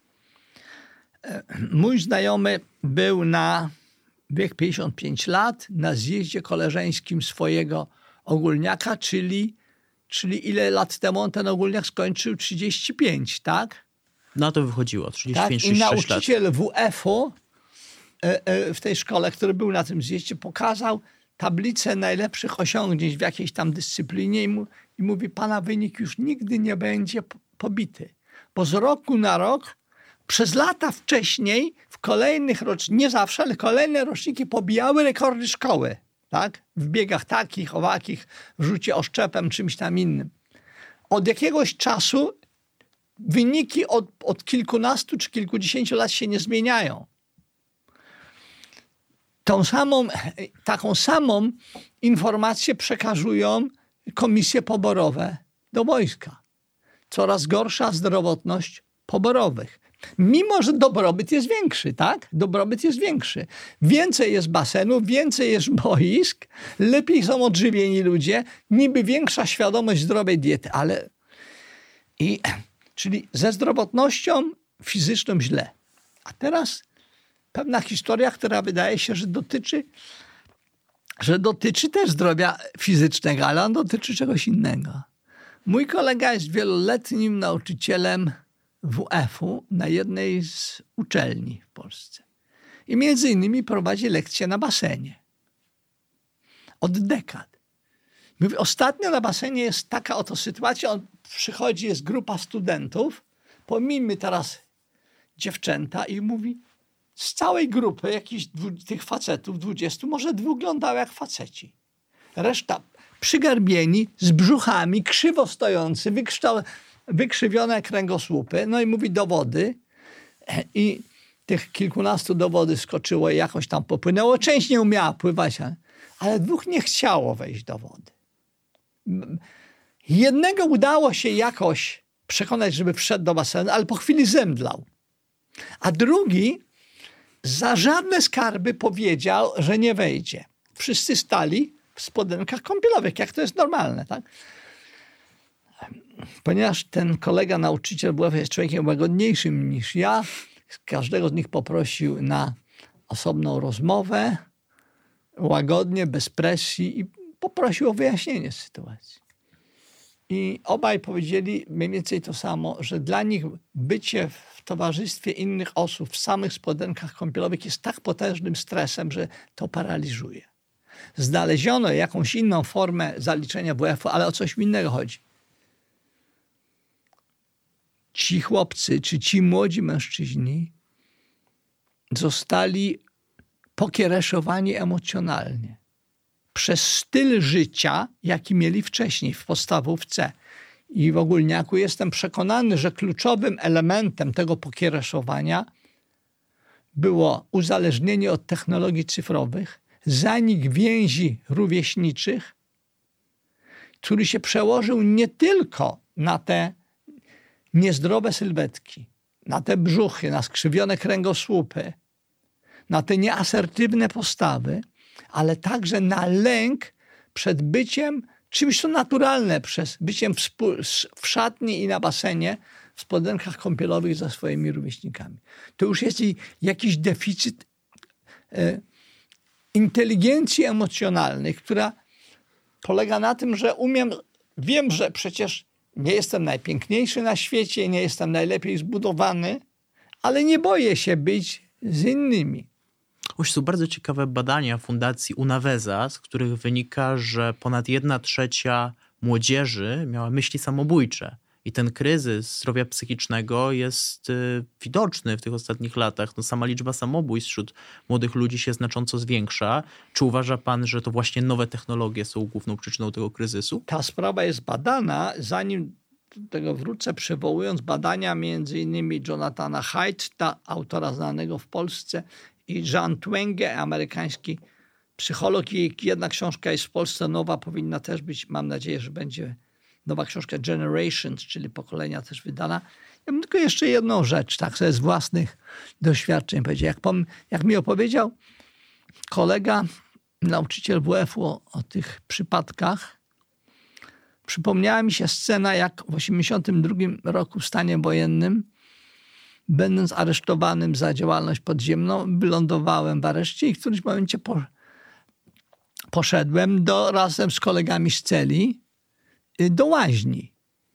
Mój znajomy był na wiek pięćdziesiąt pięć lat na zjeździe koleżeńskim swojego ogólniaka, czyli, czyli ile lat temu on ten ogólniak skończył? trzydzieści pięć, tak? No to wychodziło, trzydzieści pięć, tak? I nauczyciel lat. W F-u w tej szkole, który był na tym zjeździe, pokazał tablicę najlepszych osiągnięć w jakiejś tam dyscyplinie i, mu, i mówi, pana wynik już nigdy nie będzie pobity. Bo z roku na rok, przez lata wcześniej, w kolejnych rocznikach, nie zawsze, ale kolejne roczniki pobijały rekordy szkoły. Tak? W biegach takich, owakich, w rzucie oszczepem, czymś tam innym. Od jakiegoś czasu wyniki od, od kilkunastu czy kilkudziesięciu lat się nie zmieniają. Tą samą, taką samą informację przekazują komisje poborowe do wojska. Coraz gorsza zdrowotność poborowych. Mimo że dobrobyt jest większy, tak? Dobrobyt jest większy. Więcej jest basenów, więcej jest boisk, lepiej są odżywieni ludzie, niby większa świadomość zdrowej diety, ale... I, czyli ze zdrowotnością fizyczną źle. A teraz pewna historia, która wydaje się, że dotyczy, że dotyczy też zdrowia fizycznego, ale on dotyczy czegoś innego. Mój kolega jest wieloletnim nauczycielem W F-u na jednej z uczelni w Polsce. I między innymi prowadzi lekcje na basenie. Od dekad. Mówi, ostatnio na basenie jest taka oto sytuacja, on przychodzi, jest grupa studentów, pomijmy teraz dziewczęta i mówi, z całej grupy jakichś dwu, tych facetów, dwudziestu, może dwóch wyglądało jak faceci. Reszta przygarbieni, z brzuchami, krzywo stojący, wykształ, wykrzywione kręgosłupy. No i mówi dowody. I tych kilkunastu dowody skoczyło i jakoś tam popłynęło. Część nie umiała pływać, ale dwóch nie chciało wejść do wody. Jednego udało się jakoś przekonać, żeby wszedł do basenu, ale po chwili zemdlał. A drugi za żadne skarby powiedział, że nie wejdzie. Wszyscy stali w spodenkach kąpielowych, jak to jest normalne, tak? Ponieważ ten kolega nauczyciel był człowiekiem łagodniejszym niż ja, każdego z nich poprosił na osobną rozmowę łagodnie, bez presji i poprosił o wyjaśnienie sytuacji. I obaj powiedzieli mniej więcej to samo, że dla nich bycie w towarzystwie innych osób w samych spodenkach kąpielowych jest tak potężnym stresem, że to paraliżuje. Znaleziono jakąś inną formę zaliczenia W F-u, ale o coś innego chodzi. Ci chłopcy, czy ci młodzi mężczyźni zostali pokiereszowani emocjonalnie przez styl życia, jaki mieli wcześniej w podstawówce. I w ogólniaku jestem przekonany, że kluczowym elementem tego pokiereszowania było uzależnienie od technologii cyfrowych, zanik więzi rówieśniczych, który się przełożył nie tylko na te niezdrowe sylwetki, na te brzuchy, na skrzywione kręgosłupy, na te nieasertywne postawy, ale także na lęk przed byciem czymś, co naturalne, przez byciem w, w szatni i na basenie, w spodenkach kąpielowych ze swoimi rówieśnikami. To już jest jakiś deficyt e, inteligencji emocjonalnej, która polega na tym, że umiem, wiem, że przecież nie jestem najpiękniejszy na świecie, nie jestem najlepiej zbudowany, ale nie boję się być z innymi. Już są bardzo ciekawe badania Fundacji Unaweza, z których wynika, że ponad jedna trzecia młodzieży miała myśli samobójcze. I ten kryzys zdrowia psychicznego jest y, widoczny w tych ostatnich latach. No, sama liczba samobójstw wśród młodych ludzi się znacząco zwiększa. Czy uważa pan, że to właśnie nowe technologie są główną przyczyną tego kryzysu? Ta sprawa jest badana, zanim do tego wrócę, przywołując badania między innymi Jonathana Haidta, autora znanego w Polsce, i Jean Twenge, amerykański psycholog. I jedna książka jest w Polsce nowa, powinna też być, mam nadzieję, że będzie nowa książka Generations, czyli pokolenia też wydana. Ja bym tylko jeszcze jedną rzecz, tak sobie z własnych doświadczeń powiedział. Jak, pom- jak mi opowiedział kolega, nauczyciel W F-u o, o tych przypadkach, przypomniała mi się scena, jak w osiemdziesiątym drugim roku w stanie wojennym, będąc aresztowanym za działalność podziemną, wylądowałem w areszcie i w którymś momencie po, poszedłem do, razem z kolegami z celi do łaźni.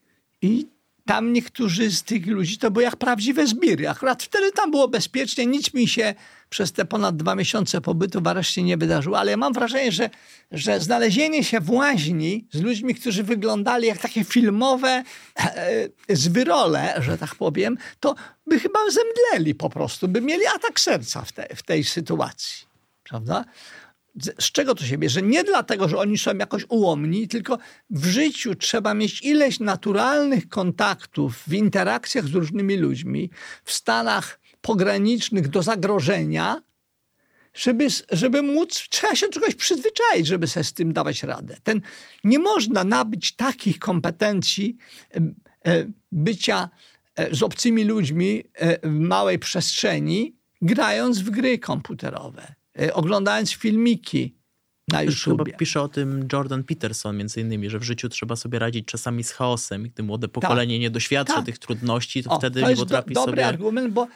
I tam niektórzy z tych ludzi to były jak prawdziwe zbiry. Akurat wtedy tam było bezpiecznie, nic mi się przez te ponad dwa miesiące pobytu w areszcie nie wydarzyło, ale ja mam wrażenie, że, że znalezienie się w łaźni z ludźmi, którzy wyglądali jak takie filmowe e, zwyrole, że tak powiem, to by chyba zemdleli po prostu, by mieli atak serca w, te, w tej sytuacji. Prawda? Z czego to się bierze? Nie dlatego, że oni są jakoś ułomni, tylko w życiu trzeba mieć ileś naturalnych kontaktów w interakcjach z różnymi ludźmi, w stanach pogranicznych do zagrożenia, żeby, żeby móc, trzeba się do czegoś przyzwyczaić, żeby sobie z tym dawać radę. Ten, nie można nabyć takich kompetencji e, bycia e, z obcymi ludźmi e, w małej przestrzeni, grając w gry komputerowe. Oglądając filmiki na YouTubie. Chyba pisze o tym Jordan Peterson między innymi, że w życiu trzeba sobie radzić czasami z chaosem i gdy młode pokolenie tak, nie doświadcza tak. tych trudności, to o, wtedy to nie potrafi do, sobie... dobry argument, bo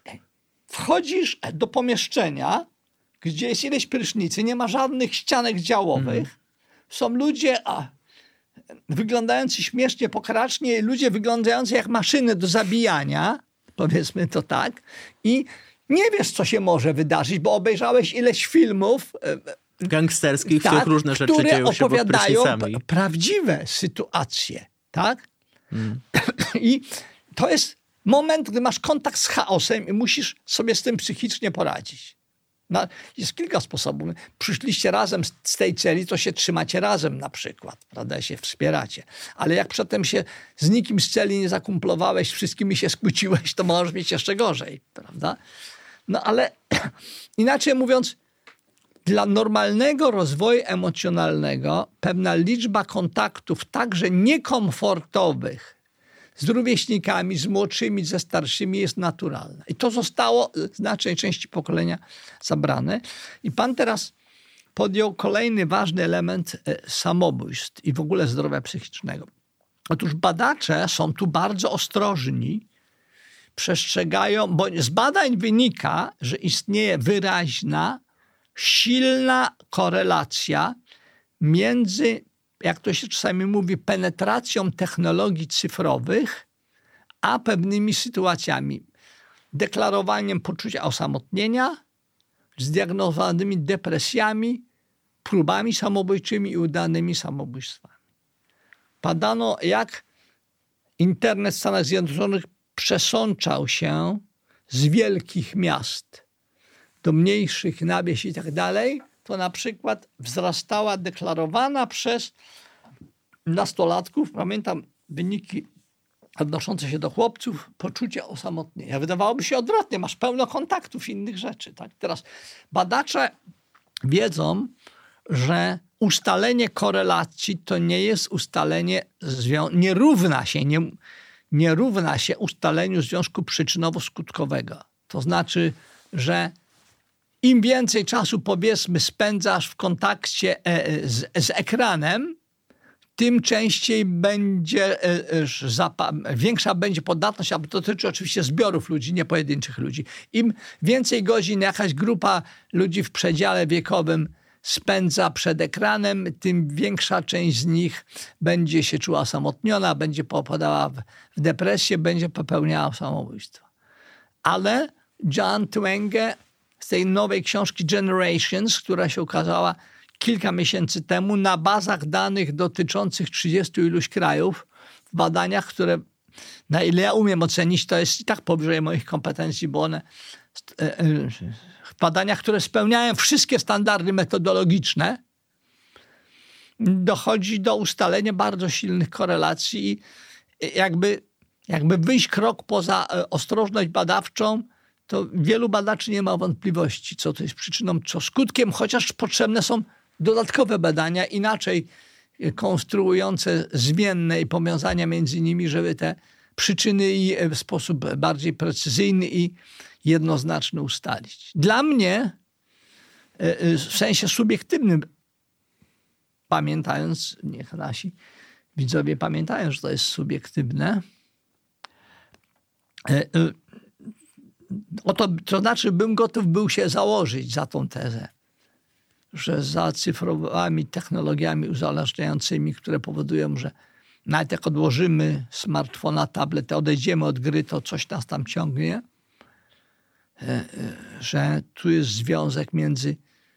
wchodzisz do pomieszczenia, gdzie jest ileś prysznicy, nie ma żadnych ścianek działowych, mm. są ludzie a, wyglądający śmiesznie pokracznie, ludzie wyglądający jak maszyny do zabijania, powiedzmy to tak, i nie wiesz, co się może wydarzyć, bo obejrzałeś ileś filmów gangsterskich, tak, w których różne rzeczy które dzieją się opowiadają pod prysznicami. prawdziwe sytuacje. Tak? Hmm. I to jest moment, gdy masz kontakt z chaosem i musisz sobie z tym psychicznie poradzić. No, jest kilka sposobów. Przyszliście razem z tej celi, to się trzymacie razem na przykład, prawda, się wspieracie. Ale jak przedtem się z nikim z celi nie zakumplowałeś, wszystkimi się skłóciłeś, to możesz mieć jeszcze gorzej, prawda? No ale inaczej mówiąc, dla normalnego rozwoju emocjonalnego pewna liczba kontaktów, także niekomfortowych, z rówieśnikami, z młodszymi, ze starszymi jest naturalne. I to zostało w znacznej części pokolenia zabrane. I pan teraz podjął kolejny ważny element samobójstw i w ogóle zdrowia psychicznego. Otóż badacze są tu bardzo ostrożni, przestrzegają, bo z badań wynika, że istnieje wyraźna silna korelacja między, jak to się czasami mówi, penetracją technologii cyfrowych, a pewnymi sytuacjami. Deklarowaniem poczucia osamotnienia, zdiagnozowanymi depresjami, próbami samobójczymi i udanymi samobójstwami. Badano, jak internet w Stanach Zjednoczonych przesączał się z wielkich miast do mniejszych, na wieś i tak dalej, to na przykład wzrastała deklarowana przez nastolatków, pamiętam wyniki odnoszące się do chłopców, poczucie osamotnienia. Wydawałoby się odwrotnie, masz pełno kontaktów, innych rzeczy. Tak? Teraz badacze wiedzą, że ustalenie korelacji to nie jest ustalenie, nie równa się, nie, nie równa się ustaleniu związku przyczynowo-skutkowego. To znaczy, że im więcej czasu, powiedzmy, spędzasz w kontakcie z, z ekranem, tym częściej będzie, większa będzie podatność, a to dotyczy oczywiście zbiorów ludzi, nie pojedynczych ludzi. Im więcej godzin jakaś grupa ludzi w przedziale wiekowym spędza przed ekranem, tym większa część z nich będzie się czuła osamotniona, będzie popadała w, w depresję, będzie popełniała samobójstwo. Ale John Twenge z tej nowej książki Generations, która się ukazała kilka miesięcy temu, na bazach danych dotyczących trzydziestu iluś krajów, w badaniach, które, na ile ja umiem ocenić, to jest i tak powyżej moich kompetencji, bo one w badaniach, które spełniają wszystkie standardy metodologiczne, dochodzi do ustalenia bardzo silnych korelacji i jakby, jakby wyjść krok poza ostrożność badawczą, to wielu badaczy nie ma wątpliwości, co to jest przyczyną, co skutkiem, chociaż potrzebne są dodatkowe badania, inaczej konstruujące zmienne i powiązania między nimi, żeby te przyczyny i w sposób bardziej precyzyjny i jednoznaczny ustalić. Dla mnie, w sensie subiektywnym, pamiętając, niech nasi widzowie pamiętają, że to jest subiektywne, oto, to znaczy bym gotów był się założyć za tą tezę, że za cyfrowymi technologiami uzależniającymi, które powodują, że nawet jak odłożymy smartfona, tablet, odejdziemy od gry, to coś nas tam ciągnie, że tu jest związek między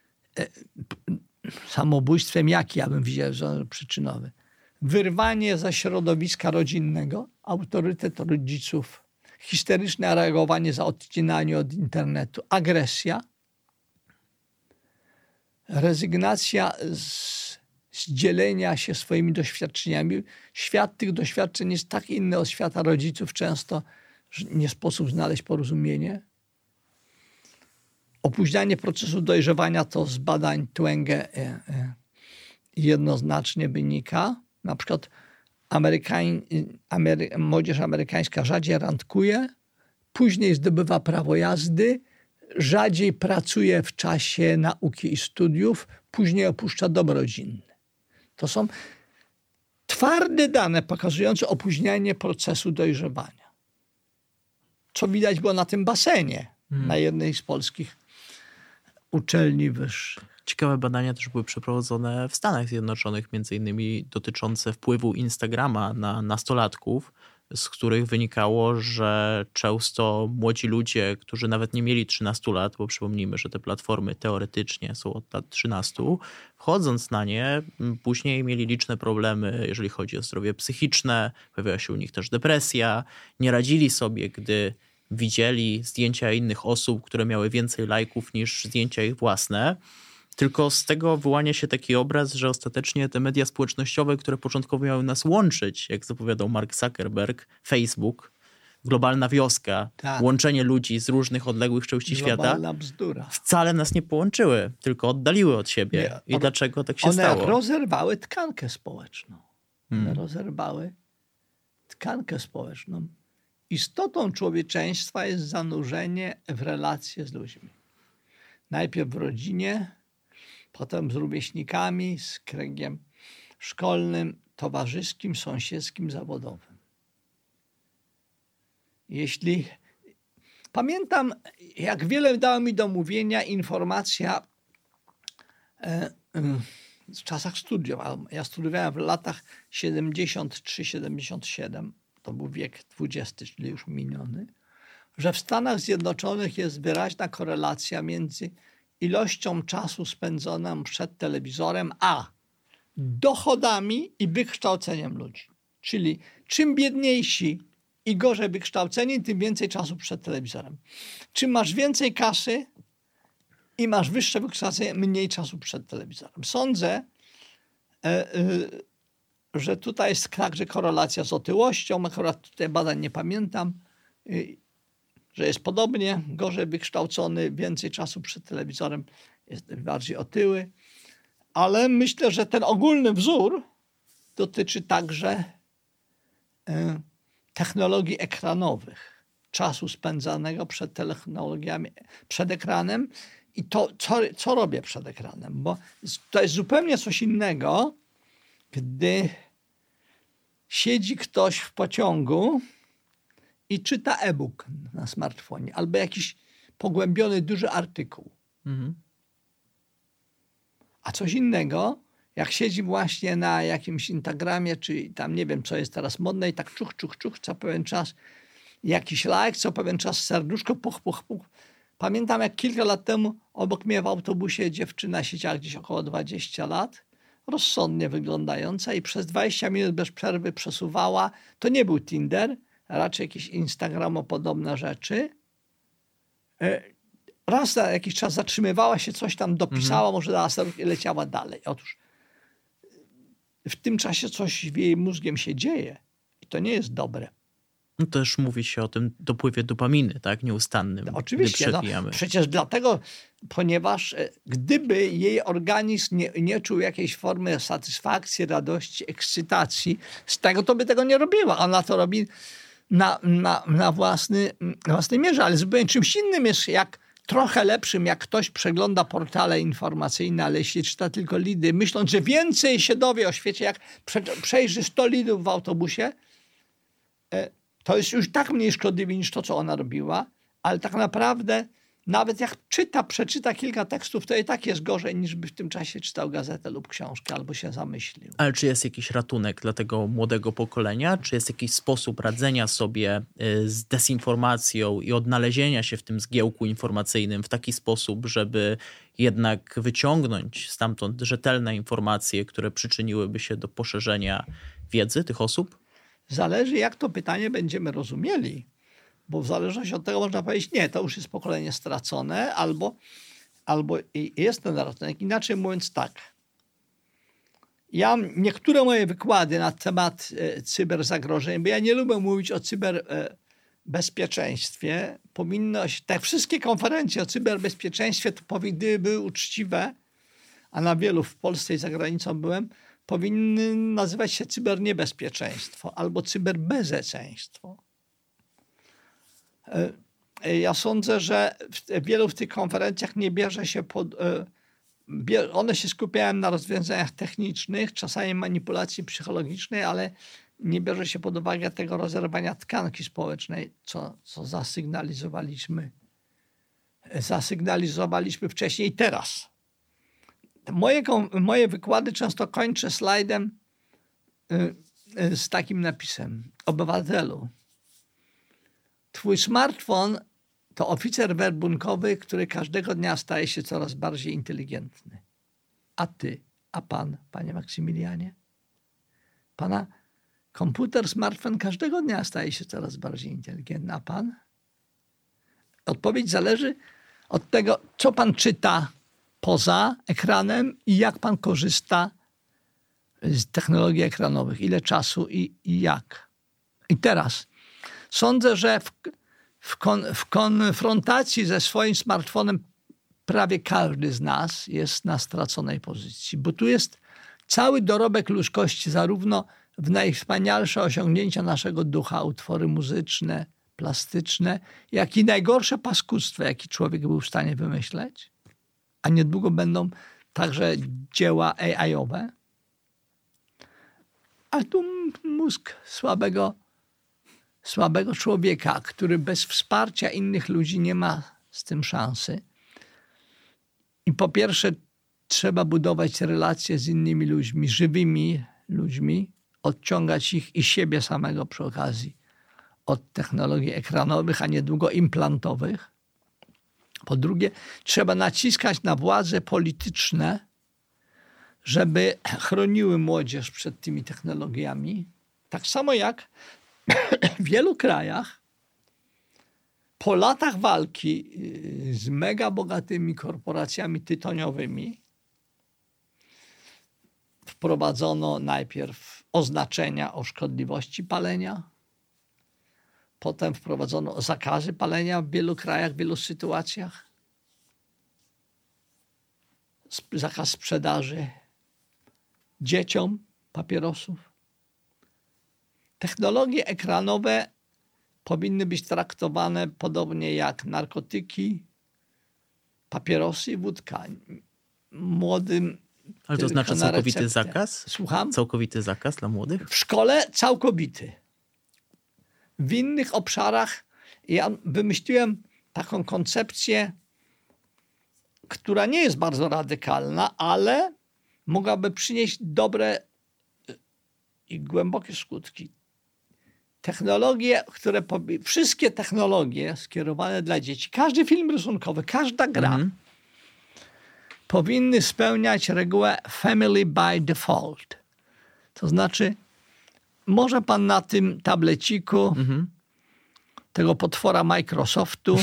samobójstwem, jaki ja bym widział przyczynowy. Wyrwanie ze środowiska rodzinnego, autorytet rodziców, histeryczne reagowanie za odcinanie od internetu, agresja, rezygnacja z, z dzielenia się swoimi doświadczeniami. Świat tych doświadczeń jest tak inny od świata rodziców często, że nie sposób znaleźć porozumienie. Opóźnianie procesu dojrzewania to z badań Twenge jednoznacznie wynika. Na przykład Amerykań, Amery, młodzież amerykańska rzadziej randkuje, później zdobywa prawo jazdy, rzadziej pracuje w czasie nauki i studiów, później opuszcza dom rodzinny. To są twarde dane pokazujące opóźnianie procesu dojrzewania. Co widać było na tym basenie, hmm. na jednej z polskich uczelni wyższych. Ciekawe badania też były przeprowadzone w Stanach Zjednoczonych, między innymi dotyczące wpływu Instagrama na nastolatków, z których wynikało, że często młodzi ludzie, którzy nawet nie mieli trzynastu lat, bo przypomnijmy, że te platformy teoretycznie są od lat trzynastu, wchodząc na nie, później mieli liczne problemy, jeżeli chodzi o zdrowie psychiczne, pojawiała się u nich też depresja, nie radzili sobie, gdy widzieli zdjęcia innych osób, które miały więcej lajków niż zdjęcia ich własne. Tylko z tego wyłania się taki obraz, że ostatecznie te media społecznościowe, które początkowo miały nas łączyć, jak zapowiadał Mark Zuckerberg, Facebook, globalna wioska, tak. łączenie ludzi z różnych odległych części Globalna świata, bzdura. wcale nas nie połączyły, tylko oddaliły od siebie. Nie, I on, dlaczego tak się one stało? One rozerwały tkankę społeczną. One hmm. rozerwały tkankę społeczną. Istotą człowieczeństwa jest zanurzenie w relacje z ludźmi. Najpierw w rodzinie, potem z rówieśnikami, z kręgiem szkolnym, towarzyskim, sąsiedzkim, zawodowym. Jeśli... Pamiętam, jak wiele dała mi do mówienia informacja w czasach studiów, ja studiowałem w latach siedemdziesiąt trzy siedemdziesiąt siedem, to był wiek dwudziesty, czyli już miniony, że w Stanach Zjednoczonych jest wyraźna korelacja między ilością czasu spędzoną przed telewizorem, a dochodami i wykształceniem ludzi. Czyli czym biedniejsi i gorzej wykształceni, tym więcej czasu przed telewizorem. Czym masz więcej kasy i masz wyższe wykształcenie, mniej czasu przed telewizorem. Sądzę, że tutaj jest także korelacja z otyłością. Akurat tutaj badań nie pamiętam, że jest podobnie. Gorzej wykształcony, więcej czasu przed telewizorem, jest bardziej otyły. Ale myślę, że ten ogólny wzór dotyczy także technologii ekranowych, czasu spędzanego przed technologiami, przed ekranem i to, co, co robię przed ekranem. Bo to jest zupełnie coś innego, gdy siedzi ktoś w pociągu i czyta e-book na smartfonie albo jakiś pogłębiony, duży artykuł. Mhm. A coś innego, jak siedzi właśnie na jakimś Instagramie, czy tam nie wiem, co jest teraz modne i tak czuch, czuch, czuch, co pewien czas jakiś like, co pewien czas serduszko, puch, puch, puch. Pamiętam, jak kilka lat temu obok mnie w autobusie dziewczyna siedziała gdzieś około dwadzieścia lat, rozsądnie wyglądająca i przez dwadzieścia minut bez przerwy przesuwała. To nie był Tinder, raczej jakieś Instagramo-podobne rzeczy. Raz na jakiś czas zatrzymywała się, coś tam dopisała, mhm. może dała serduszko i leciała dalej. Otóż w tym czasie coś w jej mózgiem się dzieje i to nie jest dobre. No też mówi się o tym dopływie dopaminy, tak? Nieustannym. No, oczywiście. No, przecież dlatego, ponieważ gdyby jej organizm nie, nie czuł jakiejś formy satysfakcji, radości, ekscytacji, z tego to by tego nie robiła. Ona to robi na, na, na, własny, na własnej mierze, ale zupełnie czymś innym jest jak trochę lepszym, jak ktoś przegląda portale informacyjne, ale jeśli czyta tylko lidy, myśląc, że więcej się dowie o świecie, jak prze, przejrzy sto lidów w autobusie, to jest już tak mniej szkodliwe niż to, co ona robiła, ale tak naprawdę nawet jak czyta, przeczyta kilka tekstów, to i tak jest gorzej, niż by w tym czasie czytał gazetę lub książkę, albo się zamyślił. Ale czy jest jakiś ratunek dla tego młodego pokolenia? Czy jest jakiś sposób radzenia sobie z dezinformacją i odnalezienia się w tym zgiełku informacyjnym w taki sposób, żeby jednak wyciągnąć stamtąd rzetelne informacje, które przyczyniłyby się do poszerzenia wiedzy tych osób? Zależy, jak to pytanie będziemy rozumieli. Bo w zależności od tego można powiedzieć, nie, to już jest pokolenie stracone, albo, albo jest ten ratunek. Inaczej mówiąc tak. Ja niektóre moje wykłady na temat e, cyberzagrożeń, bo ja nie lubię mówić o cyberbezpieczeństwie, powinno się, te wszystkie konferencje o cyberbezpieczeństwie to powinny były uczciwe, a na wielu w Polsce i za granicą byłem, powinny nazywać się cyberniebezpieczeństwo albo cyberbezpieczeństwo. Ja sądzę, że w wielu w tych konferencjach nie bierze się pod... One się skupiają na rozwiązaniach technicznych, czasami manipulacji psychologicznej, ale nie bierze się pod uwagę tego rozerwania tkanki społecznej, co, co zasygnalizowaliśmy. Zasygnalizowaliśmy wcześniej i teraz. Moje, moje wykłady często kończę slajdem z takim napisem. Obywatelu, twój smartfon to oficer werbunkowy, który każdego dnia staje się coraz bardziej inteligentny. A ty, a pan, panie Maksymilianie? Pana komputer, smartfon każdego dnia staje się coraz bardziej inteligentny. A pan? Odpowiedź zależy od tego, co pan czyta poza ekranem i jak pan korzysta z technologii ekranowych. Ile czasu i, i jak. I teraz sądzę, że w, w, kon, w konfrontacji ze swoim smartfonem prawie każdy z nas jest na straconej pozycji, bo tu jest cały dorobek ludzkości, zarówno w najwspanialsze osiągnięcia naszego ducha, utwory muzyczne, plastyczne, jak i najgorsze paskudztwo, jakie człowiek był w stanie wymyśleć, a niedługo będą także dzieła A I-owe. A tu mózg słabego słabego człowieka, który bez wsparcia innych ludzi nie ma z tym szansy. I po pierwsze trzeba budować relacje z innymi ludźmi, żywymi ludźmi, odciągać ich i siebie samego przy okazji od technologii ekranowych, a niedługo implantowych. Po drugie, trzeba naciskać na władze polityczne, żeby chroniły młodzież przed tymi technologiami. Tak samo jak w wielu krajach po latach walki z mega bogatymi korporacjami tytoniowymi wprowadzono najpierw oznaczenia o szkodliwości palenia, potem wprowadzono zakazy palenia w wielu krajach, w wielu sytuacjach, zakaz sprzedaży dzieciom papierosów. Technologie ekranowe powinny być traktowane podobnie jak narkotyki, papierosy i wódka. Młodym Ale to znaczy na całkowity receptę. zakaz? Słucham? Całkowity zakaz dla młodych? W szkole całkowity. W innych obszarach ja wymyśliłem taką koncepcję, która nie jest bardzo radykalna, ale mogłaby przynieść dobre i głębokie skutki. Technologie, które wszystkie technologie skierowane dla dzieci, każdy film rysunkowy, każda gra mm-hmm. powinny spełniać regułę family by default. To znaczy, może pan na tym tableciku mm-hmm. tego potwora Microsoftu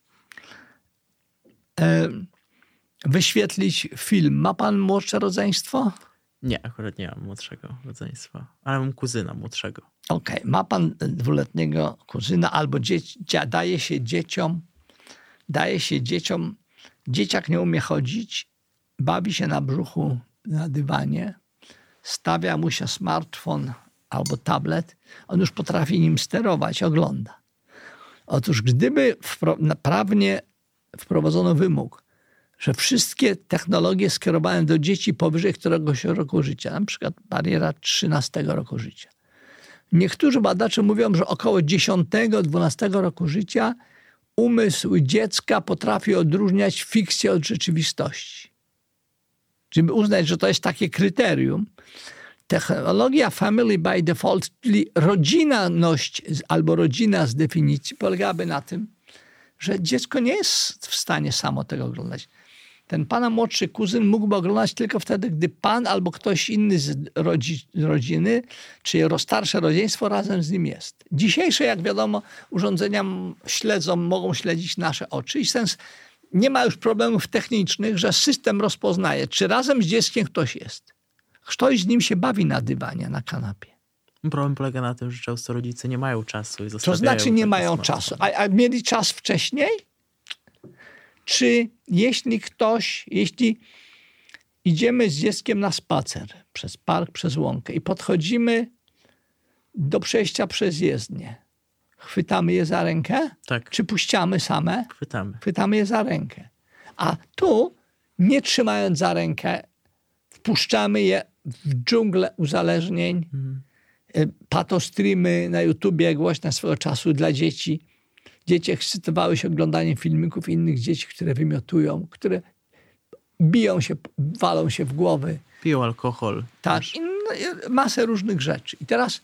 e, wyświetlić film. Ma pan młodsze rodzeństwo? Nie, akurat nie mam młodszego rodzeństwa, ale mam kuzyna młodszego. Okej, okay. Ma pan dwuletniego kuzyna albo dzieci, daje się dzieciom, daje się dzieciom, dzieciak nie umie chodzić, bawi się na brzuchu na dywanie, stawia mu się smartfon albo tablet, on już potrafi nim sterować, ogląda. Otóż gdyby wpro- prawnie wprowadzono wymóg, że wszystkie technologie skierowane do dzieci powyżej któregoś roku życia, na przykład bariera trzynastego roku życia. Niektórzy badacze mówią, że około dziesiątego dwunastego roku życia umysł dziecka potrafi odróżniać fikcję od rzeczywistości. Żeby uznać, że to jest takie kryterium, technologia family by default, czyli rodzinaność albo rodzina z definicji, polegałaby na tym, że dziecko nie jest w stanie samo tego oglądać. Ten pana młodszy kuzyn mógłby oglądać tylko wtedy, gdy pan albo ktoś inny z rodzi- rodziny, czy jego starsze rodzeństwo razem z nim jest. Dzisiejsze, jak wiadomo, urządzenia śledzą, mogą śledzić nasze oczy i sens, nie ma już problemów technicznych, że system rozpoznaje, czy razem z dzieckiem ktoś jest. Ktoś z nim się bawi na dywanie, na kanapie. Problem polega na tym, że często rodzice nie mają czasu i To zostawiają... znaczy nie mają smartfon. czasu. A, a mieli czas wcześniej? Czy jeśli ktoś, jeśli idziemy z dzieckiem na spacer przez park, przez łąkę i podchodzimy do przejścia przez jezdnię, chwytamy je za rękę? Tak. Czy puściamy same? Chwytamy. Chwytamy je za rękę. A tu, nie trzymając za rękę, wpuszczamy je w dżunglę uzależnień, mhm. patostreamy na YouTubie głośne swego czasu dla dzieci. Dzieci ekscytowały się oglądaniem filmików innych dzieci, które wymiotują, które biją się, walą się w głowy. Piją alkohol. Tak, i no, masę różnych rzeczy. I teraz,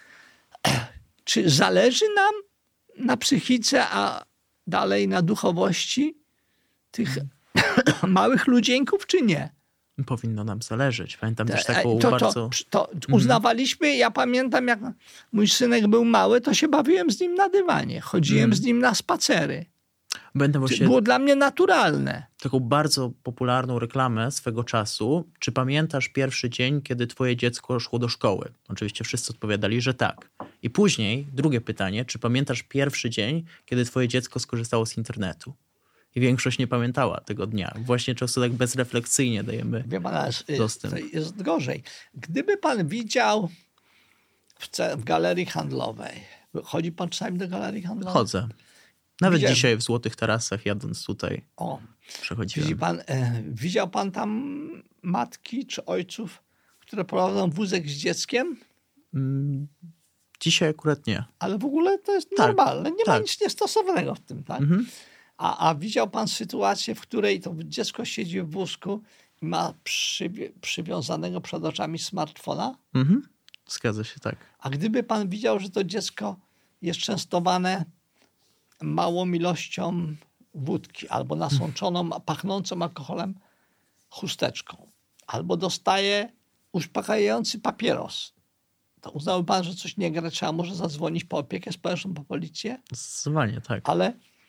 czy zależy nam na psychice, a dalej na duchowości tych małych ludzieńków, czy nie? Powinno nam zależeć. Pamiętam też taką to, bardzo... To, to uznawaliśmy, ja pamiętam, jak mój synek był mały, to się bawiłem z nim na dywanie. Chodziłem mm. z nim na spacery. Będę właśnie... Było dla mnie naturalne. Taką bardzo popularną reklamę swego czasu. Czy pamiętasz pierwszy dzień, kiedy twoje dziecko szło do szkoły? Oczywiście wszyscy odpowiadali, że tak. I później drugie pytanie, czy pamiętasz pierwszy dzień, kiedy twoje dziecko skorzystało z internetu? I większość nie pamiętała tego dnia. Właśnie często tak bezrefleksyjnie dajemy Wie pan, dostęp. Jest, jest gorzej. Gdyby pan widział w, ce- w galerii handlowej, chodzi pan czasami do galerii handlowej? Chodzę. Nawet Widziałem. dzisiaj w Złotych Tarasach jadąc tutaj O, przechodziłem. widzi pan, e, widział pan tam matki czy ojców, które prowadzą wózek z dzieckiem? Mm, dzisiaj akurat nie. Ale w ogóle to jest tak, normalne. Nie tak. ma nic niestosownego w tym. Tak? Mhm. A, a widział pan sytuację, w której to dziecko siedzi w wózku, ma przywi- przywiązanego przed oczami smartfona. Mhm. Zgadza się, tak. A gdyby pan widział, że to dziecko jest częstowane małą ilością wódki albo nasączoną, pachnącą alkoholem chusteczką, albo dostaje uspokajający papieros, to uznałby pan, że coś nie gra, trzeba może zadzwonić po opiekę społeczną, po policję? Zdecydowanie, tak. Ale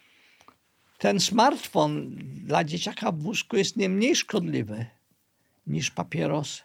ten smartfon dla dzieciaka w wózku jest nie mniej szkodliwy niż papieros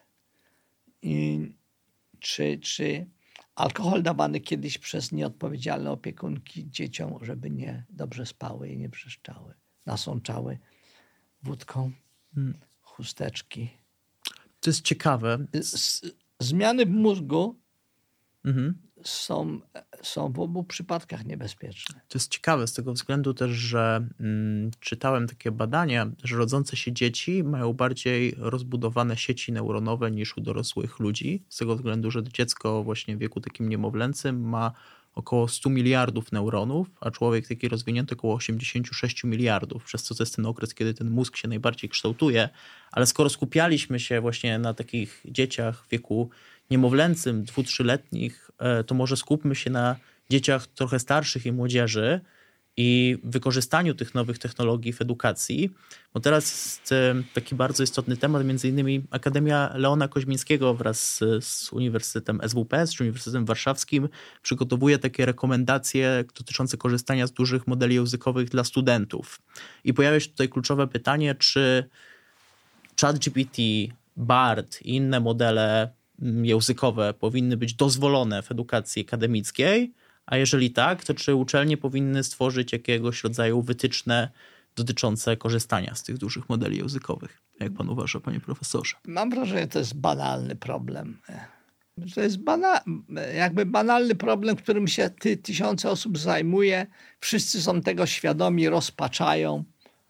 i, czy, czy alkohol dawany kiedyś przez nieodpowiedzialne opiekunki dzieciom, żeby nie dobrze spały i nie brzeszczały, nasączały wódką hmm. chusteczki. To jest ciekawe. Z, zmiany w mózgu mhm. są, są w obu przypadkach niebezpieczne. To jest ciekawe z tego względu też, że mm, czytałem takie badania, że rodzące się dzieci mają bardziej rozbudowane sieci neuronowe niż u dorosłych ludzi. Z tego względu, że dziecko właśnie w wieku takim niemowlęcym ma około stu miliardów neuronów, a człowiek taki rozwinięty około osiemdziesiąt sześć miliardów, przez co to jest ten okres, kiedy ten mózg się najbardziej kształtuje. Ale skoro skupialiśmy się właśnie na takich dzieciach w wieku niemowlęcym, dwu-, trzyletnich, to może skupmy się na dzieciach trochę starszych i młodzieży i wykorzystaniu tych nowych technologii w edukacji, bo teraz jest taki bardzo istotny temat, między innymi Akademia Leona Koźmińskiego wraz z, z Uniwersytetem S W P S, czy Uniwersytetem Warszawskim przygotowuje takie rekomendacje dotyczące korzystania z dużych modeli językowych dla studentów. I pojawia się tutaj kluczowe pytanie, czy ChatGPT, BART i inne modele językowe powinny być dozwolone w edukacji akademickiej, a jeżeli tak, to czy uczelnie powinny stworzyć jakiegoś rodzaju wytyczne dotyczące korzystania z tych dużych modeli językowych? Jak pan uważa, panie profesorze? Mam wrażenie, że to jest banalny problem. To jest bana- jakby banalny problem, którym się ty, tysiące osób zajmuje. Wszyscy są tego świadomi, rozpaczają.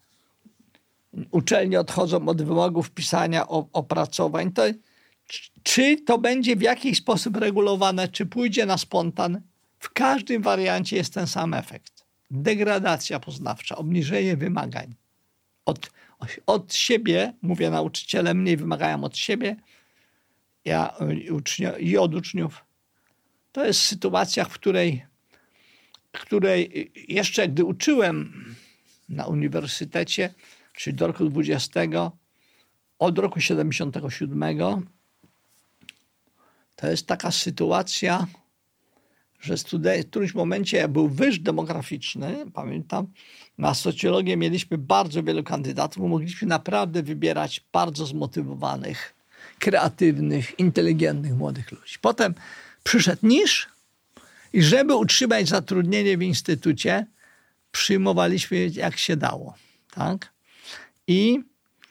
Uczelnie odchodzą od wymogów pisania opracowań. To, czy to będzie w jakiś sposób regulowane, czy pójdzie na spontan, w każdym wariancie jest ten sam efekt. Degradacja poznawcza, obniżenie wymagań. Od, od siebie, mówię nauczyciele, mniej wymagają od siebie ja, ucznio, i od uczniów. To jest sytuacja, w której, w której jeszcze gdy uczyłem na uniwersytecie, czyli do roku dwudziestego, od roku siedemdziesiątego siódmego, to jest taka sytuacja, że student, w którymś momencie był wyż demograficzny, pamiętam, na socjologię mieliśmy bardzo wielu kandydatów, mogliśmy naprawdę wybierać bardzo zmotywowanych, kreatywnych, inteligentnych młodych ludzi. Potem przyszedł niż i żeby utrzymać zatrudnienie w instytucie, przyjmowaliśmy jak się dało. Tak? I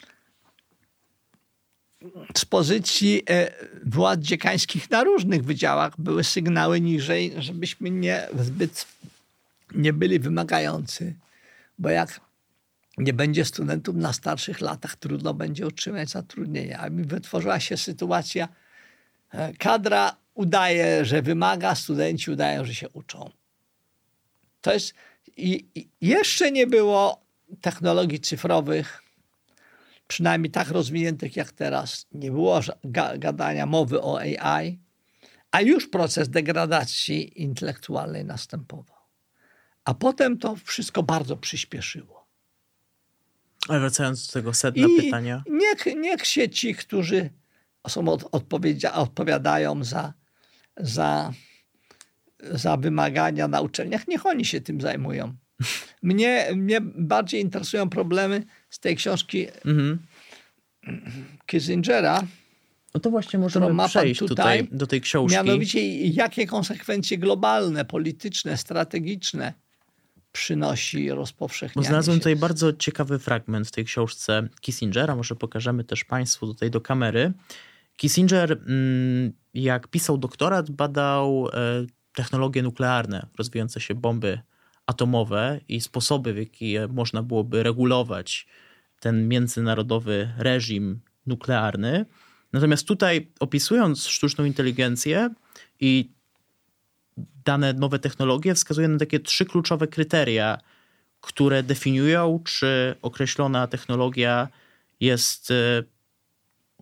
z pozycji władz dziekańskich na różnych wydziałach były sygnały niżej, żebyśmy nie zbyt nie byli wymagający, bo jak nie będzie studentów na starszych latach, trudno będzie utrzymać zatrudnienie. A mi wytworzyła się sytuacja, kadra udaje, że wymaga, studenci udają, że się uczą. To jest, i, i jeszcze nie było technologii cyfrowych, przynajmniej tak rozwiniętych jak teraz. Nie było gadania, mowy o A I, a już proces degradacji intelektualnej następował. A potem to wszystko bardzo przyspieszyło. Ale wracając do tego sedna I pytania. Niech, niech się ci, którzy są od, odpowiedzia, odpowiadają za, za, za wymagania na uczelniach, niech oni się tym zajmują. Mnie, mnie bardziej interesują problemy z tej książki mhm. Kissingera. No to właśnie możemy przejść tutaj, tutaj do tej książki. Mianowicie, jakie konsekwencje globalne, polityczne, strategiczne przynosi rozpowszechnianie Bo znalazłem się. tutaj bardzo ciekawy fragment w tej książce Kissingera. Może pokażemy też państwu tutaj do kamery. Kissinger, jak pisał doktorat, badał technologie nuklearne, rozwijające się bomby atomowe i sposoby, w jaki można byłoby regulować ten międzynarodowy reżim nuklearny. Natomiast tutaj, opisując sztuczną inteligencję i dane nowe technologie, wskazuje na takie trzy kluczowe kryteria, które definiują, czy określona technologia jest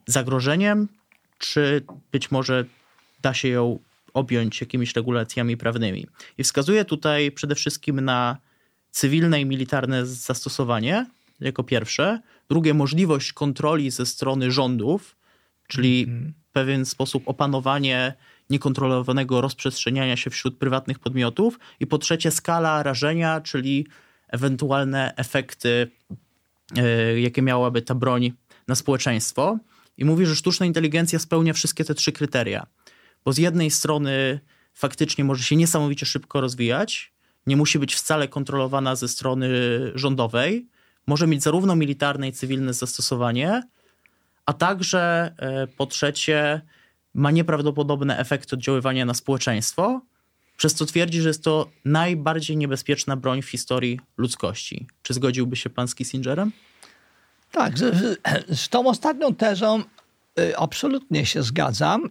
zagrożeniem, czy być może da się ją objąć jakimiś regulacjami prawnymi. I wskazuje tutaj przede wszystkim na cywilne i militarne zastosowanie jako pierwsze. Drugie, możliwość kontroli ze strony rządów, czyli mm. w pewien sposób opanowanie niekontrolowanego rozprzestrzeniania się wśród prywatnych podmiotów. I po trzecie, skala rażenia, czyli ewentualne efekty, yy, jakie miałaby ta broń na społeczeństwo. I mówi, że sztuczna inteligencja spełnia wszystkie te trzy kryteria. Bo z jednej strony faktycznie może się niesamowicie szybko rozwijać, nie musi być wcale kontrolowana ze strony rządowej, może mieć zarówno militarne i cywilne zastosowanie, a także po trzecie ma nieprawdopodobne efekty oddziaływania na społeczeństwo, przez co twierdzi, że jest to najbardziej niebezpieczna broń w historii ludzkości. Czy zgodziłby się pan z Kissingerem? Tak, z, z tą ostatnią tezą y, absolutnie się zgadzam.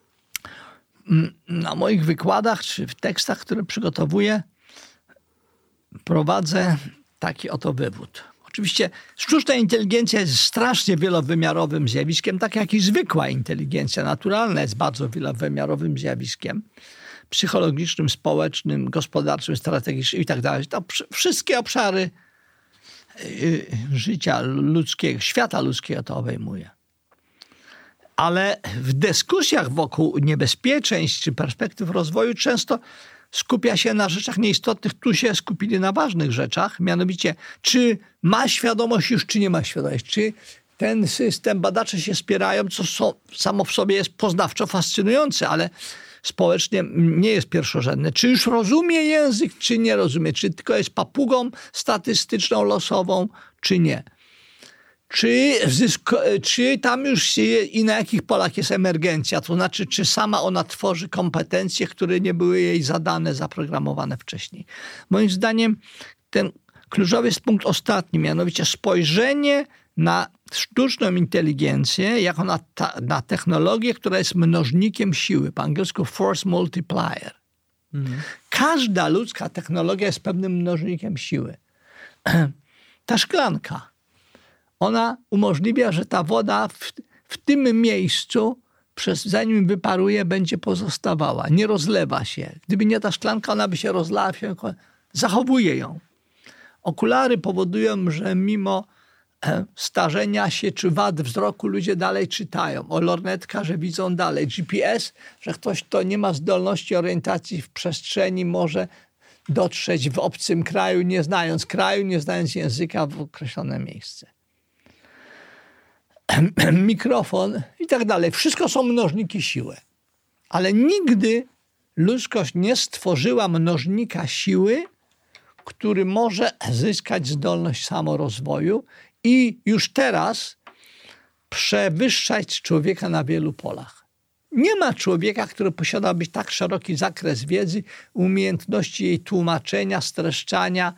Na moich wykładach czy w tekstach, które przygotowuję, prowadzę taki oto wywód. Oczywiście sztuczna inteligencja jest strasznie wielowymiarowym zjawiskiem, tak jak i zwykła inteligencja naturalna jest bardzo wielowymiarowym zjawiskiem. Psychologicznym, społecznym, gospodarczym, strategicznym i tak dalej. To wszystkie obszary życia ludzkiego, świata ludzkiego to obejmuje. Ale w dyskusjach wokół niebezpieczeństw czy perspektyw rozwoju często skupia się na rzeczach nieistotnych. Tu się skupili na ważnych rzeczach, mianowicie czy ma świadomość już, czy nie ma świadomości. Czy ten system, badacze się spierają, co so, samo w sobie jest poznawczo fascynujące, ale społecznie nie jest pierwszorzędne. Czy już rozumie język, czy nie rozumie. Czy tylko jest papugą statystyczną, losową, czy nie. Czy, czy tam już i na jakich polach jest emergencja, to znaczy czy sama ona tworzy kompetencje, które nie były jej zadane, zaprogramowane wcześniej. Moim zdaniem ten kluczowy jest punkt ostatni, mianowicie spojrzenie na sztuczną inteligencję jako na, ta, na technologię, która jest mnożnikiem siły, po angielsku force multiplier. Mhm. Każda ludzka technologia jest pewnym mnożnikiem siły. Ta szklanka, ona umożliwia, że ta woda w, w tym miejscu, przez, zanim wyparuje, będzie pozostawała. Nie rozlewa się. Gdyby nie ta szklanka, ona by się rozlała, się, zachowuje ją. Okulary powodują, że mimo e, starzenia się czy wad wzroku ludzie dalej czytają. O lornetka, że widzą dalej. G P S, że ktoś, kto nie ma zdolności orientacji w przestrzeni, może dotrzeć w obcym kraju, nie znając kraju, nie znając języka w określone miejsce. Mikrofon i tak dalej. Wszystko są mnożniki siły. Ale nigdy ludzkość nie stworzyła mnożnika siły, który może zyskać zdolność samorozwoju i już teraz przewyższać człowieka na wielu polach. Nie ma człowieka, który posiadałby tak szeroki zakres wiedzy, umiejętności jej tłumaczenia, streszczania,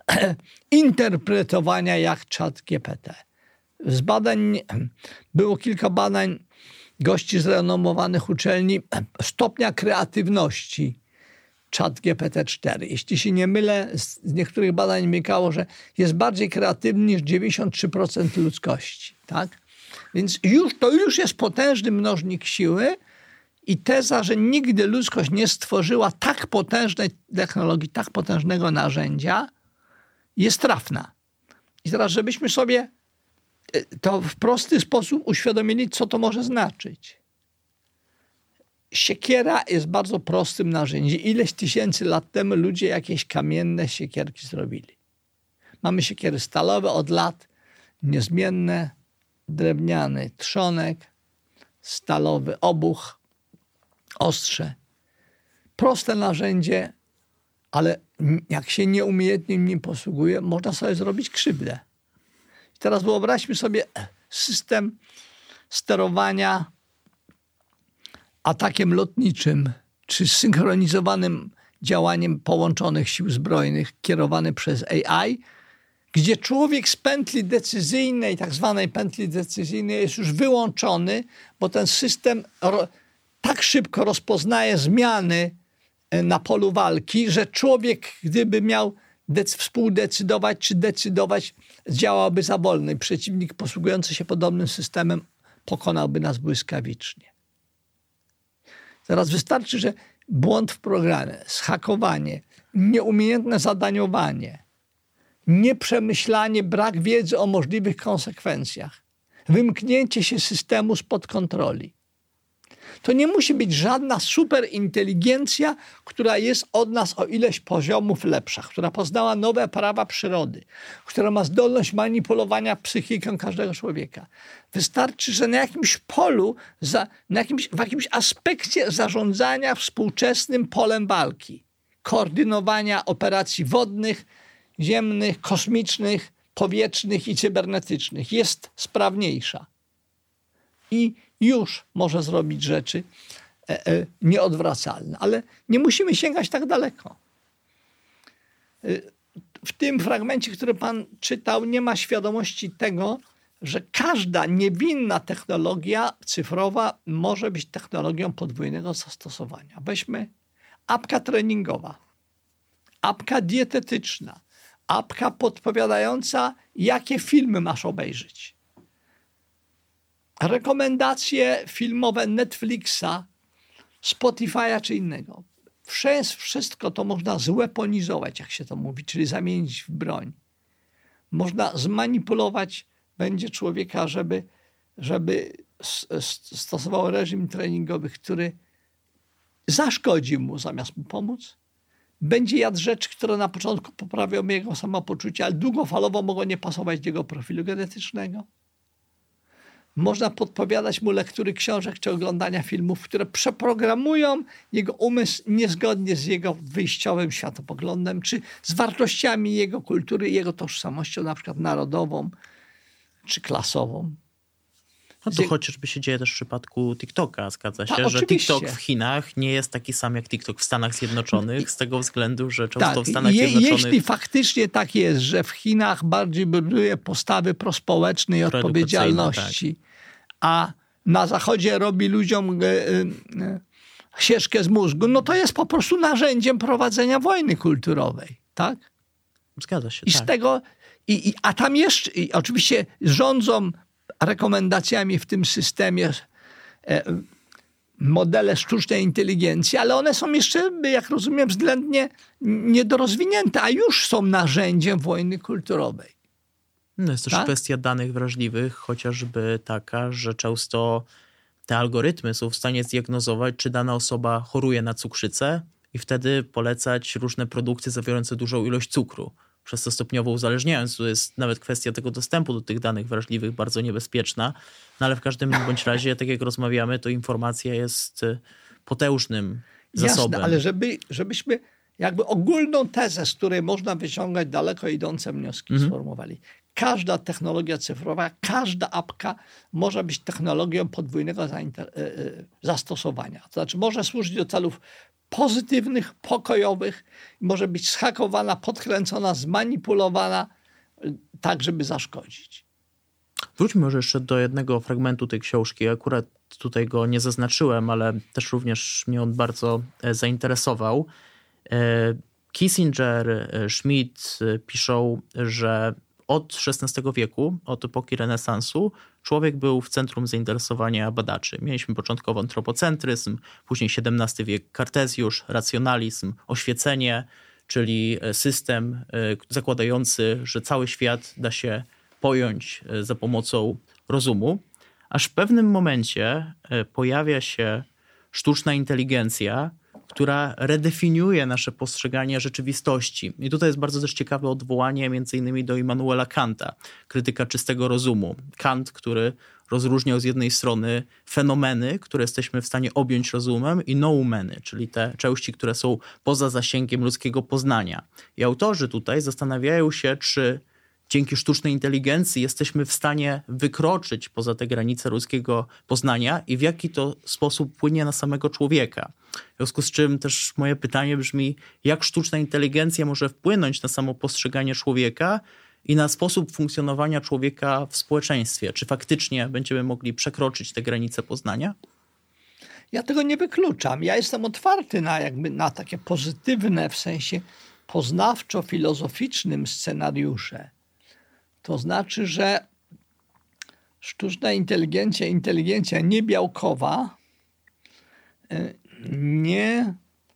interpretowania jak czat G P T. Z badań, było kilka badań gości z renomowanych uczelni stopnia kreatywności czat G P T cztery. Jeśli się nie mylę, z niektórych badań wynikało, że jest bardziej kreatywny niż dziewięćdziesiąt trzy procent ludzkości. Tak? Więc już, to już jest potężny mnożnik siły i teza, że nigdy ludzkość nie stworzyła tak potężnej technologii, tak potężnego narzędzia, jest trafna. I teraz, żebyśmy sobie to w prosty sposób uświadomili, co to może znaczyć. Siekiera jest bardzo prostym narzędziem. Ileś tysięcy lat temu ludzie jakieś kamienne siekierki zrobili. Mamy siekiery stalowe od lat, niezmienne, drewniany trzonek, stalowy obuch, ostrze. Proste narzędzie, ale jak się nieumiejętnie nim posługuje, można sobie zrobić krzywdę. I teraz wyobraźmy sobie system sterowania atakiem lotniczym czy synchronizowanym działaniem połączonych sił zbrojnych kierowany przez A I, gdzie człowiek z pętli decyzyjnej, tak zwanej pętli decyzyjnej jest już wyłączony, bo ten system ro, tak szybko rozpoznaje zmiany na polu walki, że człowiek, gdyby miał dec- współdecydować czy decydować, działałby za wolno. I przeciwnik posługujący się podobnym systemem pokonałby nas błyskawicznie. Teraz wystarczy, że błąd w programie, zhakowanie, nieumiejętne zadaniowanie, nieprzemyślanie, brak wiedzy o możliwych konsekwencjach, wymknięcie się systemu spod kontroli. To nie musi być żadna superinteligencja, która jest od nas o ileś poziomów lepsza, która poznała nowe prawa przyrody, która ma zdolność manipulowania psychiką każdego człowieka. Wystarczy, że na jakimś polu, za, na jakimś, w jakimś aspekcie zarządzania współczesnym polem walki, koordynowania operacji wodnych, ziemnych, kosmicznych, powietrznych i cybernetycznych jest sprawniejsza. I już może zrobić rzeczy e, e, nieodwracalne. Ale nie musimy sięgać tak daleko. E, w tym fragmencie, który pan czytał, nie ma świadomości tego, że każda niewinna technologia cyfrowa może być technologią podwójnego zastosowania. Weźmy apka treningowa, apka dietetyczna, apka podpowiadająca, jakie filmy masz obejrzeć. Rekomendacje filmowe Netflixa, Spotify'a czy innego. Wszystko to można zweaponizować, jak się to mówi, czyli zamienić w broń. Można zmanipulować będzie człowieka, żeby, żeby stosował reżim treningowy, który zaszkodzi mu zamiast mu pomóc. Będzie jadł rzeczy, które na początku poprawią jego samopoczucie, ale długofalowo mogą nie pasować do jego profilu genetycznego. Można podpowiadać mu lektury książek czy oglądania filmów, które przeprogramują jego umysł niezgodnie z jego wyjściowym światopoglądem, czy z wartościami jego kultury i jego tożsamością, na przykład narodową czy klasową. No to chociażby się dzieje też w przypadku TikToka, zgadza się, Ta, że TikTok w Chinach nie jest taki sam jak TikTok w Stanach Zjednoczonych, z tego względu, że często tak, w Stanach je, Zjednoczonych... Jeśli faktycznie tak jest, że w Chinach bardziej buduje postawy prospołecznej odpowiedzialności, tak. a na Zachodzie robi ludziom e, e, ścieżkę z mózgu, no to jest po prostu narzędziem prowadzenia wojny kulturowej, tak? Zgadza się, I tak. z tego, i, i, a tam jeszcze, i oczywiście rządzą rekomendacjami w tym systemie e, modele sztucznej inteligencji, ale one są jeszcze, jak rozumiem, względnie niedorozwinięte, a już są narzędziem wojny kulturowej. No jest też tak? kwestia danych wrażliwych, chociażby taka, że często te algorytmy są w stanie zdiagnozować, czy dana osoba choruje na cukrzycę i wtedy polecać różne produkty zawierające dużą ilość cukru, przez to stopniowo uzależniając. To jest nawet kwestia tego dostępu do tych danych wrażliwych bardzo niebezpieczna. No ale w każdym bądź razie, tak jak rozmawiamy, to informacja jest potężnym zasobem. Jasne, ale żeby, żebyśmy jakby ogólną tezę, z której można wyciągać daleko idące wnioski, mhm. sformułowali. Każda technologia cyfrowa, każda apka może być technologią podwójnego zastosowania. To znaczy może służyć do celów pozytywnych, pokojowych, może być zhakowana, podkręcona, zmanipulowana, tak żeby zaszkodzić. Wróćmy może jeszcze do jednego fragmentu tej książki. Akurat tutaj go nie zaznaczyłem, ale też również mnie on bardzo zainteresował. Kissinger, Schmidt piszą, że od szesnastego wieku, od epoki renesansu, człowiek był w centrum zainteresowania badaczy. Mieliśmy początkowo antropocentryzm, później siedemnasty wiek kartezjusz, racjonalizm, oświecenie, czyli system zakładający, że cały świat da się pojąć za pomocą rozumu. Aż w pewnym momencie pojawia się sztuczna inteligencja, która redefiniuje nasze postrzeganie rzeczywistości. I tutaj jest bardzo też ciekawe odwołanie między innymi do Immanuela Kanta, krytyka czystego rozumu. Kant, który rozróżniał z jednej strony fenomeny, które jesteśmy w stanie objąć rozumem, i noumeny, czyli te części, które są poza zasięgiem ludzkiego poznania. I autorzy tutaj zastanawiają się, czy dzięki sztucznej inteligencji jesteśmy w stanie wykroczyć poza te granice ludzkiego poznania i w jaki to sposób płynie na samego człowieka. W związku z czym też moje pytanie brzmi, jak sztuczna inteligencja może wpłynąć na samo postrzeganie człowieka i na sposób funkcjonowania człowieka w społeczeństwie? Czy faktycznie będziemy mogli przekroczyć te granice poznania? Ja tego nie wykluczam. Ja jestem otwarty na, jakby, na takie pozytywne, w sensie poznawczo-filozoficznym scenariusze. To znaczy, że sztuczna inteligencja, inteligencja niebiałkowa, nie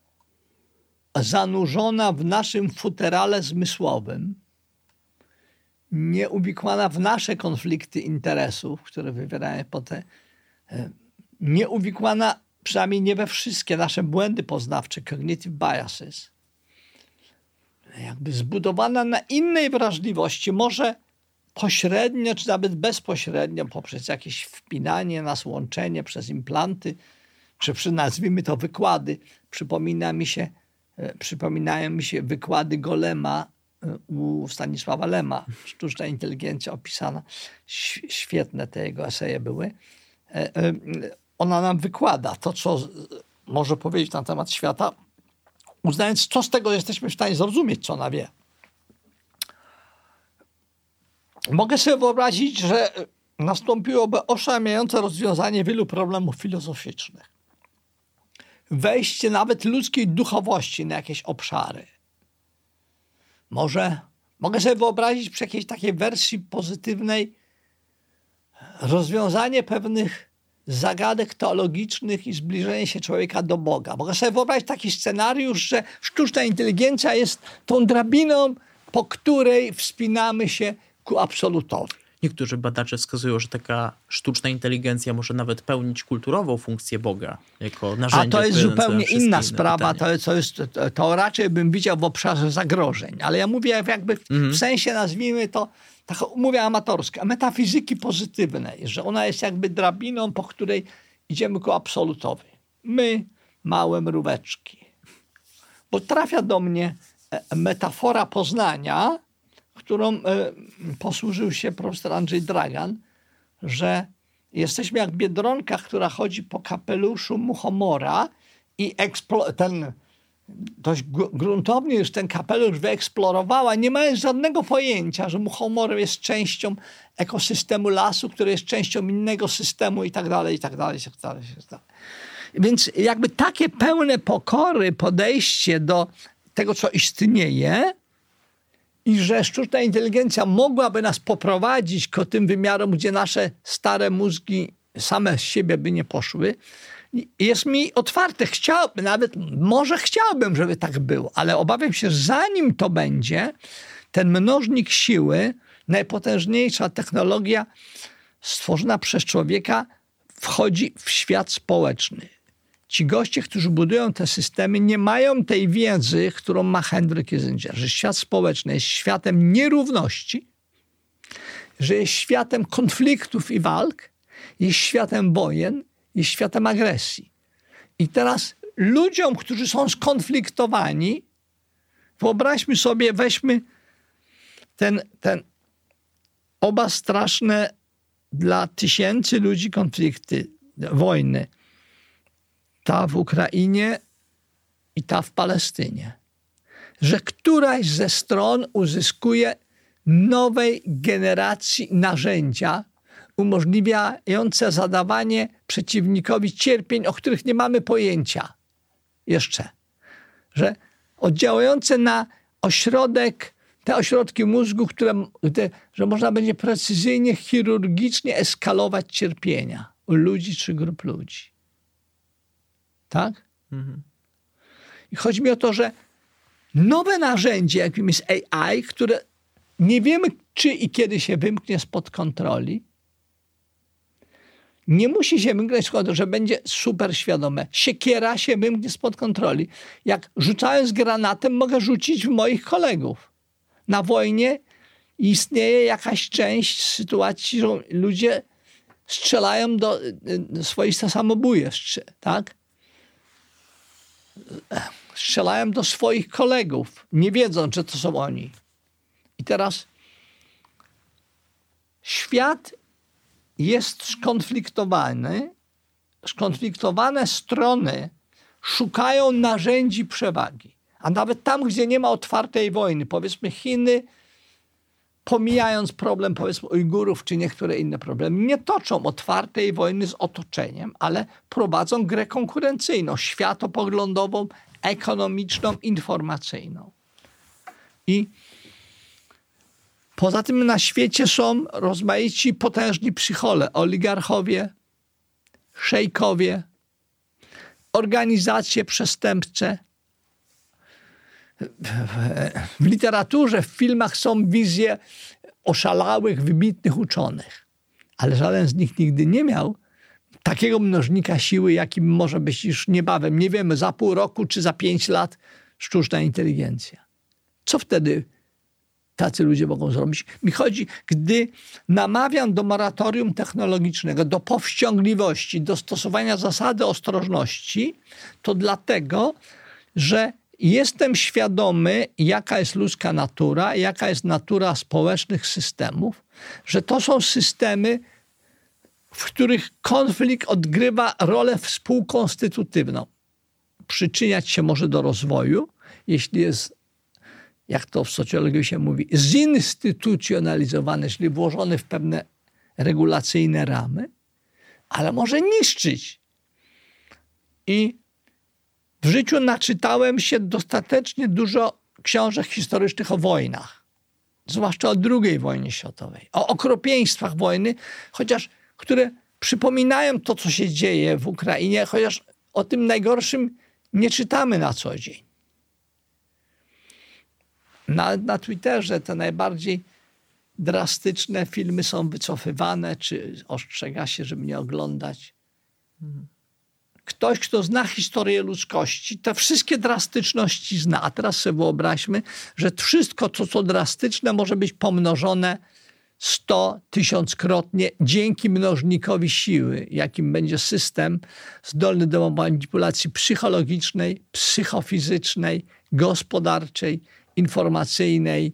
zanurzona w naszym futerale zmysłowym, nie uwikłana w nasze konflikty interesów, które wywierają potem, nie uwikłana przynajmniej nie we wszystkie nasze błędy poznawcze, cognitive biases, jakby zbudowana na innej wrażliwości, może pośrednio, czy nawet bezpośrednio, poprzez jakieś wpinanie nas, łączenie przez implanty, czy przy, nazwijmy to wykłady. Przypomina mi się, przypominają mi się wykłady Golema u Stanisława Lema. Sztuczna inteligencja opisana. Świetne te jego eseje były. Ona nam wykłada to, co może powiedzieć na temat świata, uznając, co z tego jesteśmy w stanie zrozumieć, co ona wie. Mogę sobie wyobrazić, że nastąpiłoby oszałamiające rozwiązanie wielu problemów filozoficznych. Wejście nawet ludzkiej duchowości na jakieś obszary. Może mogę sobie wyobrazić przy jakiejś takiej wersji pozytywnej rozwiązanie pewnych zagadek teologicznych i zbliżenie się człowieka do Boga. Mogę sobie wyobrazić taki scenariusz, że sztuczna inteligencja jest tą drabiną, po której wspinamy się ku absolutowi. Niektórzy badacze wskazują, że taka sztuczna inteligencja może nawet pełnić kulturową funkcję Boga jako narzędzie. A to jest zupełnie inna sprawa. To, to, jest, to, to raczej bym widział w obszarze zagrożeń. Ale ja mówię jakby w, mhm. w sensie, nazwijmy to, tak mówię amatorskie, metafizyki pozytywnej, że ona jest jakby drabiną, po której idziemy ku absolutowi. My, małe mróweczki. Bo trafia do mnie metafora poznania, którą y, posłużył się profesor Andrzej Dragan, że jesteśmy jak biedronka, która chodzi po kapeluszu muchomora i eksplo- ten dość gruntownie już ten kapelusz wyeksplorowała, nie mając żadnego pojęcia, że muchomor jest częścią ekosystemu lasu, który jest częścią innego systemu i tak dalej, i tak dalej, i tak dalej, i tak dalej. Więc jakby takie pełne pokory podejście do tego, co istnieje, i że sztuczna inteligencja mogłaby nas poprowadzić ku tym wymiarom, gdzie nasze stare mózgi same z siebie by nie poszły, jest mi otwarte. Chciałbym, nawet może chciałbym, żeby tak było, ale obawiam się, że zanim to będzie, ten mnożnik siły, najpotężniejsza technologia stworzona przez człowieka wchodzi w świat społeczny. Ci goście, którzy budują te systemy, nie mają tej wiedzy, którą ma Henry Kissinger, że świat społeczny jest światem nierówności, że jest światem konfliktów i walk, jest światem wojen, jest światem agresji. I teraz ludziom, którzy są skonfliktowani, wyobraźmy sobie, weźmy ten, ten oba straszne dla tysięcy ludzi konflikty, wojny, ta w Ukrainie i ta w Palestynie. Że któraś ze stron uzyskuje nowej generacji narzędzia umożliwiające zadawanie przeciwnikowi cierpień, o których nie mamy pojęcia jeszcze. Że oddziałujące na ośrodek, te ośrodki mózgu, które, te, że można będzie precyzyjnie, chirurgicznie eskalować cierpienia u ludzi czy grup ludzi. Tak? Mhm. I chodzi mi o to, że nowe narzędzie, jakim jest A I, które nie wiemy, czy i kiedy się wymknie spod kontroli, nie musi się wymknąć spod kontroli, że będzie super świadome. Siekiera się wymknie spod kontroli. Jak rzucając granatem mogę rzucić w moich kolegów. Na wojnie istnieje jakaś część sytuacji, że ludzie strzelają do, do swoiste samobójstw, tak? Strzelają do swoich kolegów, nie wiedząc, że to są oni. I teraz świat jest skonfliktowany, skonfliktowane strony szukają narzędzi przewagi. A nawet tam, gdzie nie ma otwartej wojny, powiedzmy Chiny, pomijając problem, powiedzmy Ujgurów czy niektóre inne problemy, nie toczą otwartej wojny z otoczeniem, ale prowadzą grę konkurencyjną, światopoglądową, ekonomiczną, informacyjną. I Poza tym na świecie są rozmaici potężni psychole, oligarchowie, szejkowie, organizacje przestępcze. W literaturze, w filmach są wizje oszalałych, wybitnych uczonych. Ale żaden z nich nigdy nie miał takiego mnożnika siły, jakim może być już niebawem, nie wiemy, za pół roku czy za pięć lat sztuczna inteligencja. Co wtedy tacy ludzie mogą zrobić? Mi chodzi, gdy namawiam do moratorium technologicznego, do powściągliwości, do stosowania zasady ostrożności, to dlatego, że jestem świadomy, jaka jest ludzka natura, jaka jest natura społecznych systemów, że to są systemy, w których konflikt odgrywa rolę współkonstytutywną. Przyczyniać się może do rozwoju, jeśli jest, jak to w socjologii się mówi, zinstytucjonalizowany, czyli włożony w pewne regulacyjne ramy, ale może niszczyć. I w życiu naczytałem się dostatecznie dużo książek historycznych o wojnach, zwłaszcza o drugiej wojnie światowej, o okropieństwach wojny, chociaż które przypominają to, co się dzieje w Ukrainie, chociaż o tym najgorszym nie czytamy na co dzień. Na, na Twitterze te najbardziej drastyczne filmy są wycofywane, czy ostrzega się, żeby nie oglądać. Ktoś, kto zna historię ludzkości, te wszystkie drastyczności zna. A teraz sobie wyobraźmy, że wszystko, co, co drastyczne, może być pomnożone sto, tysiąckrotnie dzięki mnożnikowi siły, jakim będzie system zdolny do manipulacji psychologicznej, psychofizycznej, gospodarczej, informacyjnej,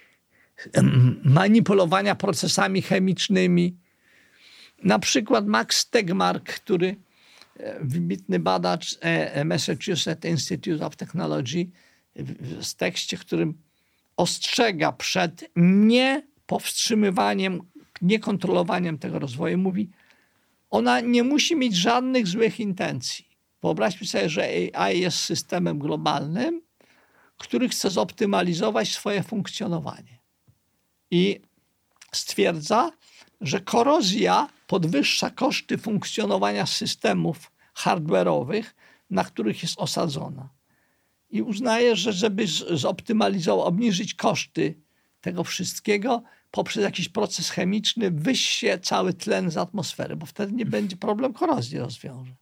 manipulowania procesami chemicznymi. Na przykład Max Tegmark, który wybitny badacz Massachusetts Institute of Technology, w tekście, w którym ostrzega przed niepowstrzymywaniem, niekontrolowaniem tego rozwoju, mówi, ona nie musi mieć żadnych złych intencji. Wyobraźmy sobie, że A I jest systemem globalnym, który chce zoptymalizować swoje funkcjonowanie. I stwierdza, że korozja podwyższa koszty funkcjonowania systemów hardware'owych, na których jest osadzona. I uznaje, że żeby zoptymalizować, obniżyć koszty tego wszystkiego, poprzez jakiś proces chemiczny wyjść się cały tlen z atmosfery, bo wtedy nie będzie problem korozji rozwiąże.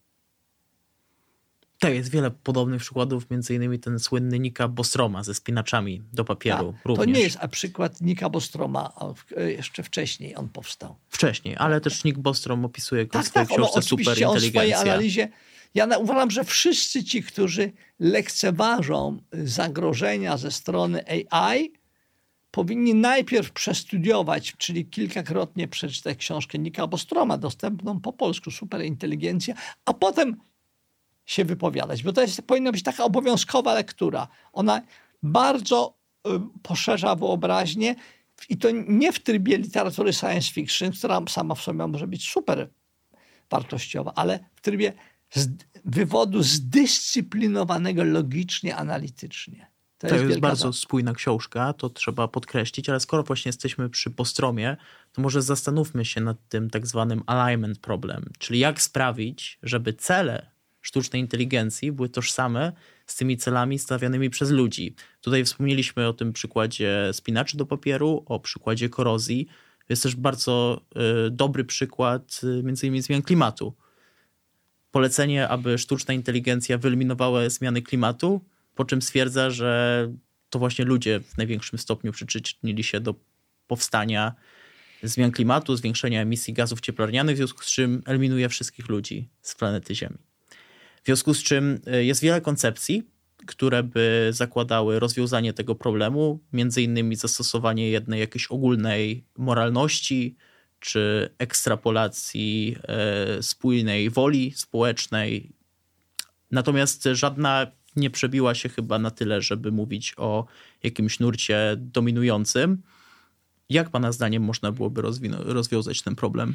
Tak, jest wiele podobnych przykładów, między innymi ten słynny Nicka Bostroma ze spinaczami do papieru. Tak, również. To nie jest a przykład Nicka Bostroma, jeszcze wcześniej on powstał. Wcześniej, ale też Nick Bostrom opisuje go tak, w swojej tak, książce on, Superinteligencja. On w swojej analizie, ja uważam, że wszyscy ci, którzy lekceważą zagrożenia ze strony A I, powinni najpierw przestudiować, czyli kilkakrotnie przeczytać książkę Nicka Bostroma, dostępną po polsku, Superinteligencja, a potem się wypowiadać, bo to jest, powinna być taka obowiązkowa lektura. Ona bardzo y, poszerza wyobraźnię i to nie w trybie literatury science fiction, która sama w sobie może być super wartościowa, ale w trybie z, wywodu zdyscyplinowanego logicznie, analitycznie. To, to jest, jest bardzo spójna książka, to trzeba podkreślić, ale skoro właśnie jesteśmy przy Bostromie, to może zastanówmy się nad tym tak zwanym alignment problem, czyli jak sprawić, żeby cele sztucznej inteligencji były tożsame z tymi celami stawianymi przez ludzi. Tutaj wspomnieliśmy o tym przykładzie spinaczy do papieru, o przykładzie korozji. Jest też bardzo y, dobry przykład y, między innymi zmian klimatu. Polecenie, aby sztuczna inteligencja wyeliminowała zmiany klimatu, po czym stwierdza, że to właśnie ludzie w największym stopniu przyczynili się do powstania zmian klimatu, zwiększenia emisji gazów cieplarnianych, w związku z czym eliminuje wszystkich ludzi z planety Ziemi. W związku z czym jest wiele koncepcji, które by zakładały rozwiązanie tego problemu, między innymi zastosowanie jednej jakiejś ogólnej moralności, czy ekstrapolacji e, spójnej woli społecznej. Natomiast żadna nie przebiła się chyba na tyle, żeby mówić o jakimś nurcie dominującym. Jak pana zdaniem można byłoby rozwino- rozwiązać ten problem?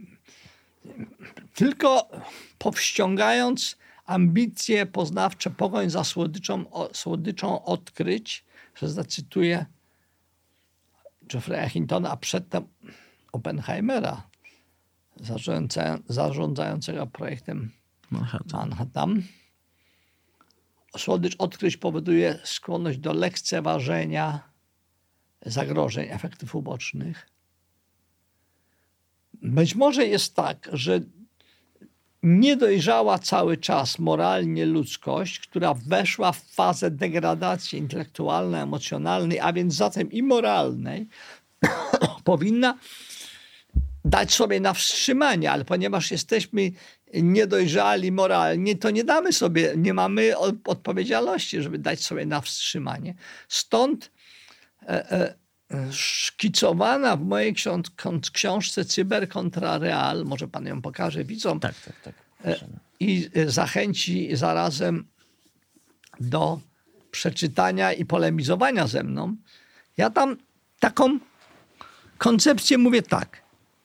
Tylko powściągając ambicje poznawcze, pogoń za słodyczą, o, słodyczą odkryć, że zacytuję Jeffreya Hintona, a przedtem Oppenheimera, zarządza, zarządzającego projektem Manhattan. Manhattan. Słodycz odkryć powoduje skłonność do lekceważenia zagrożeń, efektów ubocznych. Być może jest tak, że nie dojrzała cały czas moralnie ludzkość, która weszła w fazę degradacji intelektualnej, emocjonalnej, a więc zatem i moralnej, powinna dać sobie na wstrzymanie, ale ponieważ jesteśmy niedojrzali moralnie, to nie damy sobie, nie mamy odpowiedzialności, żeby dać sobie na wstrzymanie. Stąd e, e, szkicowana w mojej książ książce Cyber kontra Real, może pan ją pokaże widzom, tak, tak, tak. E, i zachęci zarazem do przeczytania i polemizowania ze mną. Ja tam taką koncepcję mówię tak.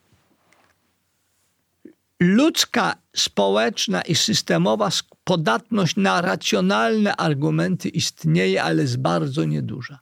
Ludzka, społeczna i systemowa podatność na racjonalne argumenty istnieje, ale jest bardzo nieduża.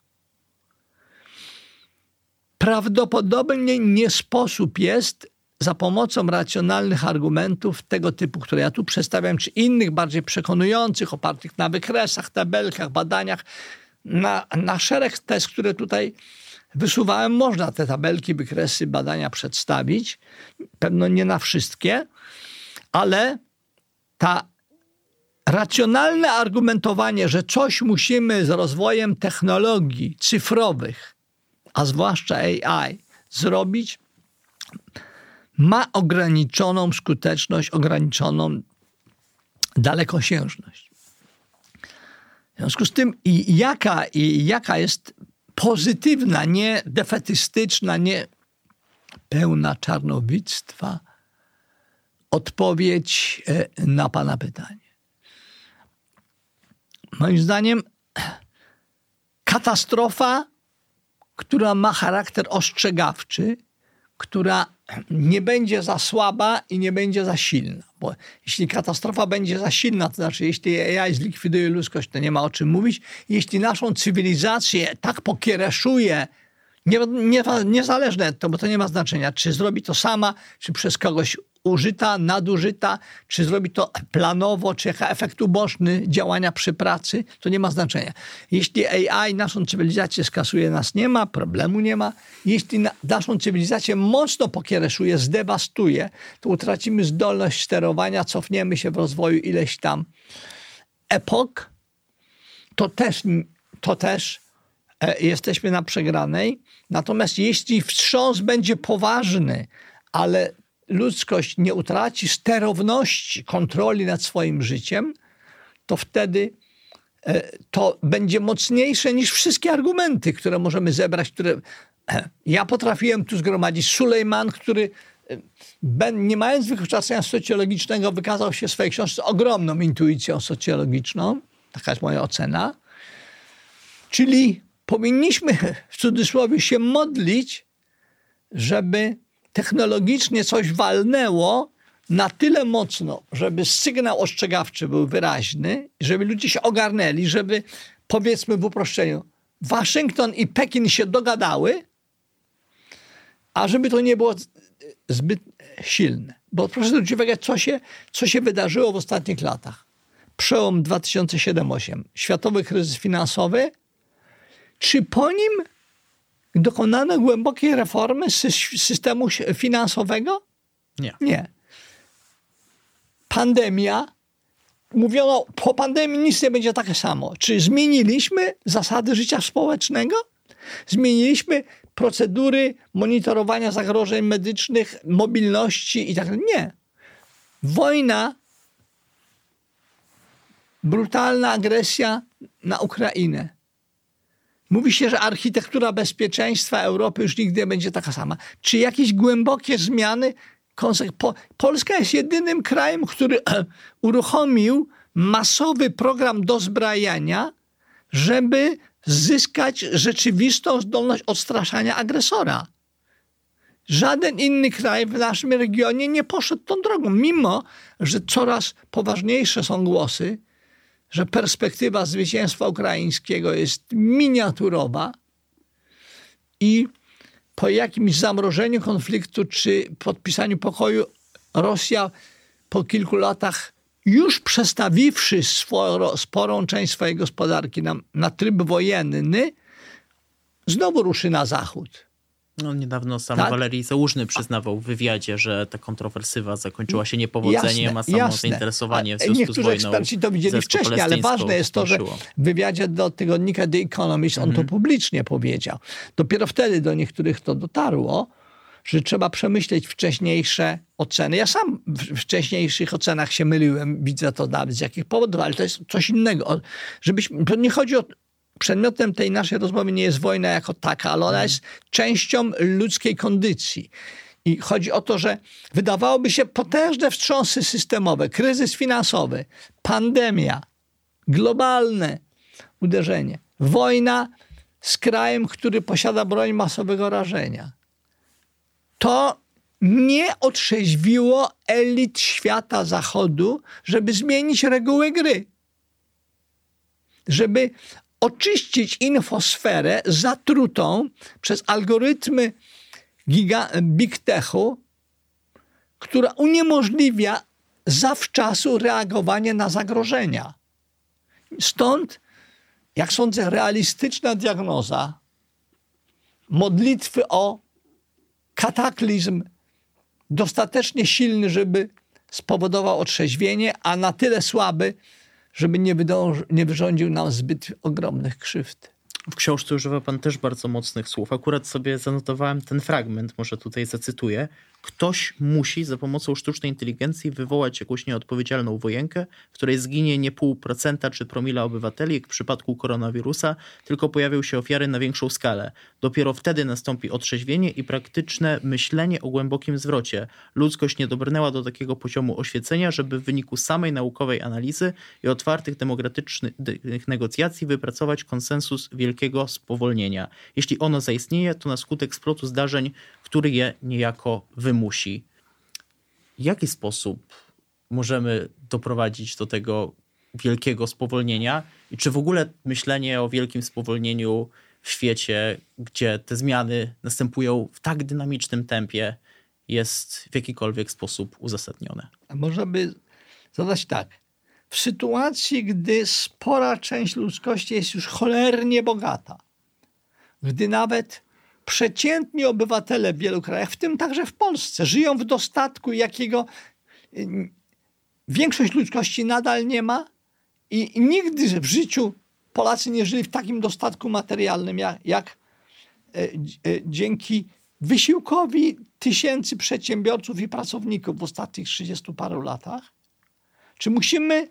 Prawdopodobnie nie sposób jest za pomocą racjonalnych argumentów tego typu, które ja tu przedstawiam, czy innych bardziej przekonujących, opartych na wykresach, tabelkach, badaniach, na, na szereg tez, które tutaj wysuwałem, można te tabelki, wykresy, badania przedstawić. Pewno nie na wszystkie, ale ta racjonalne argumentowanie, że coś musimy z rozwojem technologii cyfrowych, a zwłaszcza A I, zrobić, ma ograniczoną skuteczność, ograniczoną dalekosiężność. W związku z tym i jaka, i jaka jest pozytywna, nie defetystyczna, nie pełna czarnowidztwa odpowiedź na pana pytanie. Moim zdaniem katastrofa, która ma charakter ostrzegawczy, która nie będzie za słaba i nie będzie za silna. Bo jeśli katastrofa będzie za silna, to znaczy jeśli A I zlikwiduje ludzkość, to nie ma o czym mówić. Jeśli naszą cywilizację tak pokiereszuje, nie, nie, niezależne to, bo to nie ma znaczenia, czy zrobi to sama, czy przez kogoś użyta, nadużyta, czy zrobi to planowo, czy jaka efekt uboczny działania przy pracy, to nie ma znaczenia. Jeśli A I naszą cywilizację skasuje, nas nie ma, problemu nie ma. Jeśli na, naszą cywilizację mocno pokiereszuje, zdewastuje, to utracimy zdolność sterowania, cofniemy się w rozwoju ileś tam epok, to też, to też e, jesteśmy na przegranej. Natomiast jeśli wstrząs będzie poważny, ale ludzkość nie utraci sterowności, kontroli nad swoim życiem, to wtedy to będzie mocniejsze niż wszystkie argumenty, które możemy zebrać, które ja potrafiłem tu zgromadzić. Sulejman, który nie mając wykształcenia socjologicznego, wykazał się w swojej książce ogromną intuicją socjologiczną. Taka jest moja ocena. Czyli powinniśmy w cudzysłowie się modlić, żeby technologicznie coś walnęło na tyle mocno, żeby sygnał ostrzegawczy był wyraźny, żeby ludzie się ogarnęli, żeby, powiedzmy w uproszczeniu, Waszyngton i Pekin się dogadały, a żeby to nie było zbyt silne. Bo proszę zwrócić uwagę, co się, co się wydarzyło w ostatnich latach. Przełom dwa tysiące siedem osiem, światowy kryzys finansowy. Czy po nim dokonano głębokiej reformy systemu finansowego? Nie. Nie. Pandemia. Mówiono, po pandemii nic nie będzie takie samo. Czy zmieniliśmy zasady życia społecznego? Zmieniliśmy procedury monitorowania zagrożeń medycznych, mobilności i tak dalej? Nie. Wojna, brutalna agresja na Ukrainę. Mówi się, że architektura bezpieczeństwa Europy już nigdy nie będzie taka sama. Czy jakieś głębokie zmiany? Polska jest jedynym krajem, który uruchomił masowy program dozbrajania, żeby zyskać rzeczywistą zdolność odstraszania agresora. Żaden inny kraj w naszym regionie nie poszedł tą drogą, mimo że coraz poważniejsze są głosy, że perspektywa zwycięstwa ukraińskiego jest miniaturowa i po jakimś zamrożeniu konfliktu czy podpisaniu pokoju Rosja po kilku latach, już przestawiwszy sporo, sporą część swojej gospodarki na, na tryb wojenny, znowu ruszy na zachód. No, niedawno sam tak? Walerii Załużny przyznawał w wywiadzie, że ta kontrowersywa zakończyła się niepowodzeniem, jasne, a samo jasne. zainteresowanie w A związku niektórzy z wojną eksperci to widzieli wcześniej, ale ważne jest to, że w wywiadzie do tygodnika The Economist on mhm. to publicznie powiedział. Dopiero wtedy do niektórych to dotarło, że trzeba przemyśleć wcześniejsze oceny. Ja sam w wcześniejszych ocenach się myliłem, widzę to nawet z jakich powodów, ale to jest coś innego. Żebyśmy, to nie chodzi o... Przedmiotem tej naszej rozmowy nie jest wojna jako taka, ale ona jest częścią ludzkiej kondycji. I chodzi o to, że wydawałoby się potężne wstrząsy systemowe, kryzys finansowy, pandemia, globalne uderzenie, wojna z krajem, który posiada broń masowego rażenia. To nie otrzeźwiło elit świata zachodu, żeby zmienić reguły gry. Żeby oczyścić infosferę zatrutą przez algorytmy giga, big techu, która uniemożliwia zawczasu reagowanie na zagrożenia. Stąd, jak sądzę, realistyczna diagnoza, modlitwy o kataklizm dostatecznie silny, żeby spowodował otrzeźwienie, a na tyle słaby, żeby nie, wydąży, nie wyrządził nam zbyt ogromnych krzywd. W książce używa pan też bardzo mocnych słów. Akurat sobie zanotowałem ten fragment, może tutaj zacytuję. Ktoś musi za pomocą sztucznej inteligencji wywołać jakąś nieodpowiedzialną wojenkę, w której zginie nie pół procenta czy promila obywateli, jak w przypadku koronawirusa, tylko pojawią się ofiary na większą skalę. Dopiero wtedy nastąpi otrzeźwienie i praktyczne myślenie o głębokim zwrocie. Ludzkość nie dobrnęła do takiego poziomu oświecenia, żeby w wyniku samej naukowej analizy i otwartych demokratycznych negocjacji wypracować konsensus wielkiego spowolnienia. Jeśli ono zaistnieje, to na skutek splotu zdarzeń, który je niejako wymusi. W jaki sposób możemy doprowadzić do tego wielkiego spowolnienia? I czy w ogóle myślenie o wielkim spowolnieniu w świecie, gdzie te zmiany następują w tak dynamicznym tempie, jest w jakikolwiek sposób uzasadnione? A można by zadać tak. W sytuacji, gdy spora część ludzkości jest już cholernie bogata, gdy nawet przeciętni obywatele w wielu krajach, w tym także w Polsce, żyją w dostatku, jakiego większość ludzkości nadal nie ma i nigdy w życiu Polacy nie żyli w takim dostatku materialnym, jak, jak dzięki wysiłkowi tysięcy przedsiębiorców i pracowników w ostatnich trzydziestu paru latach. Czy musimy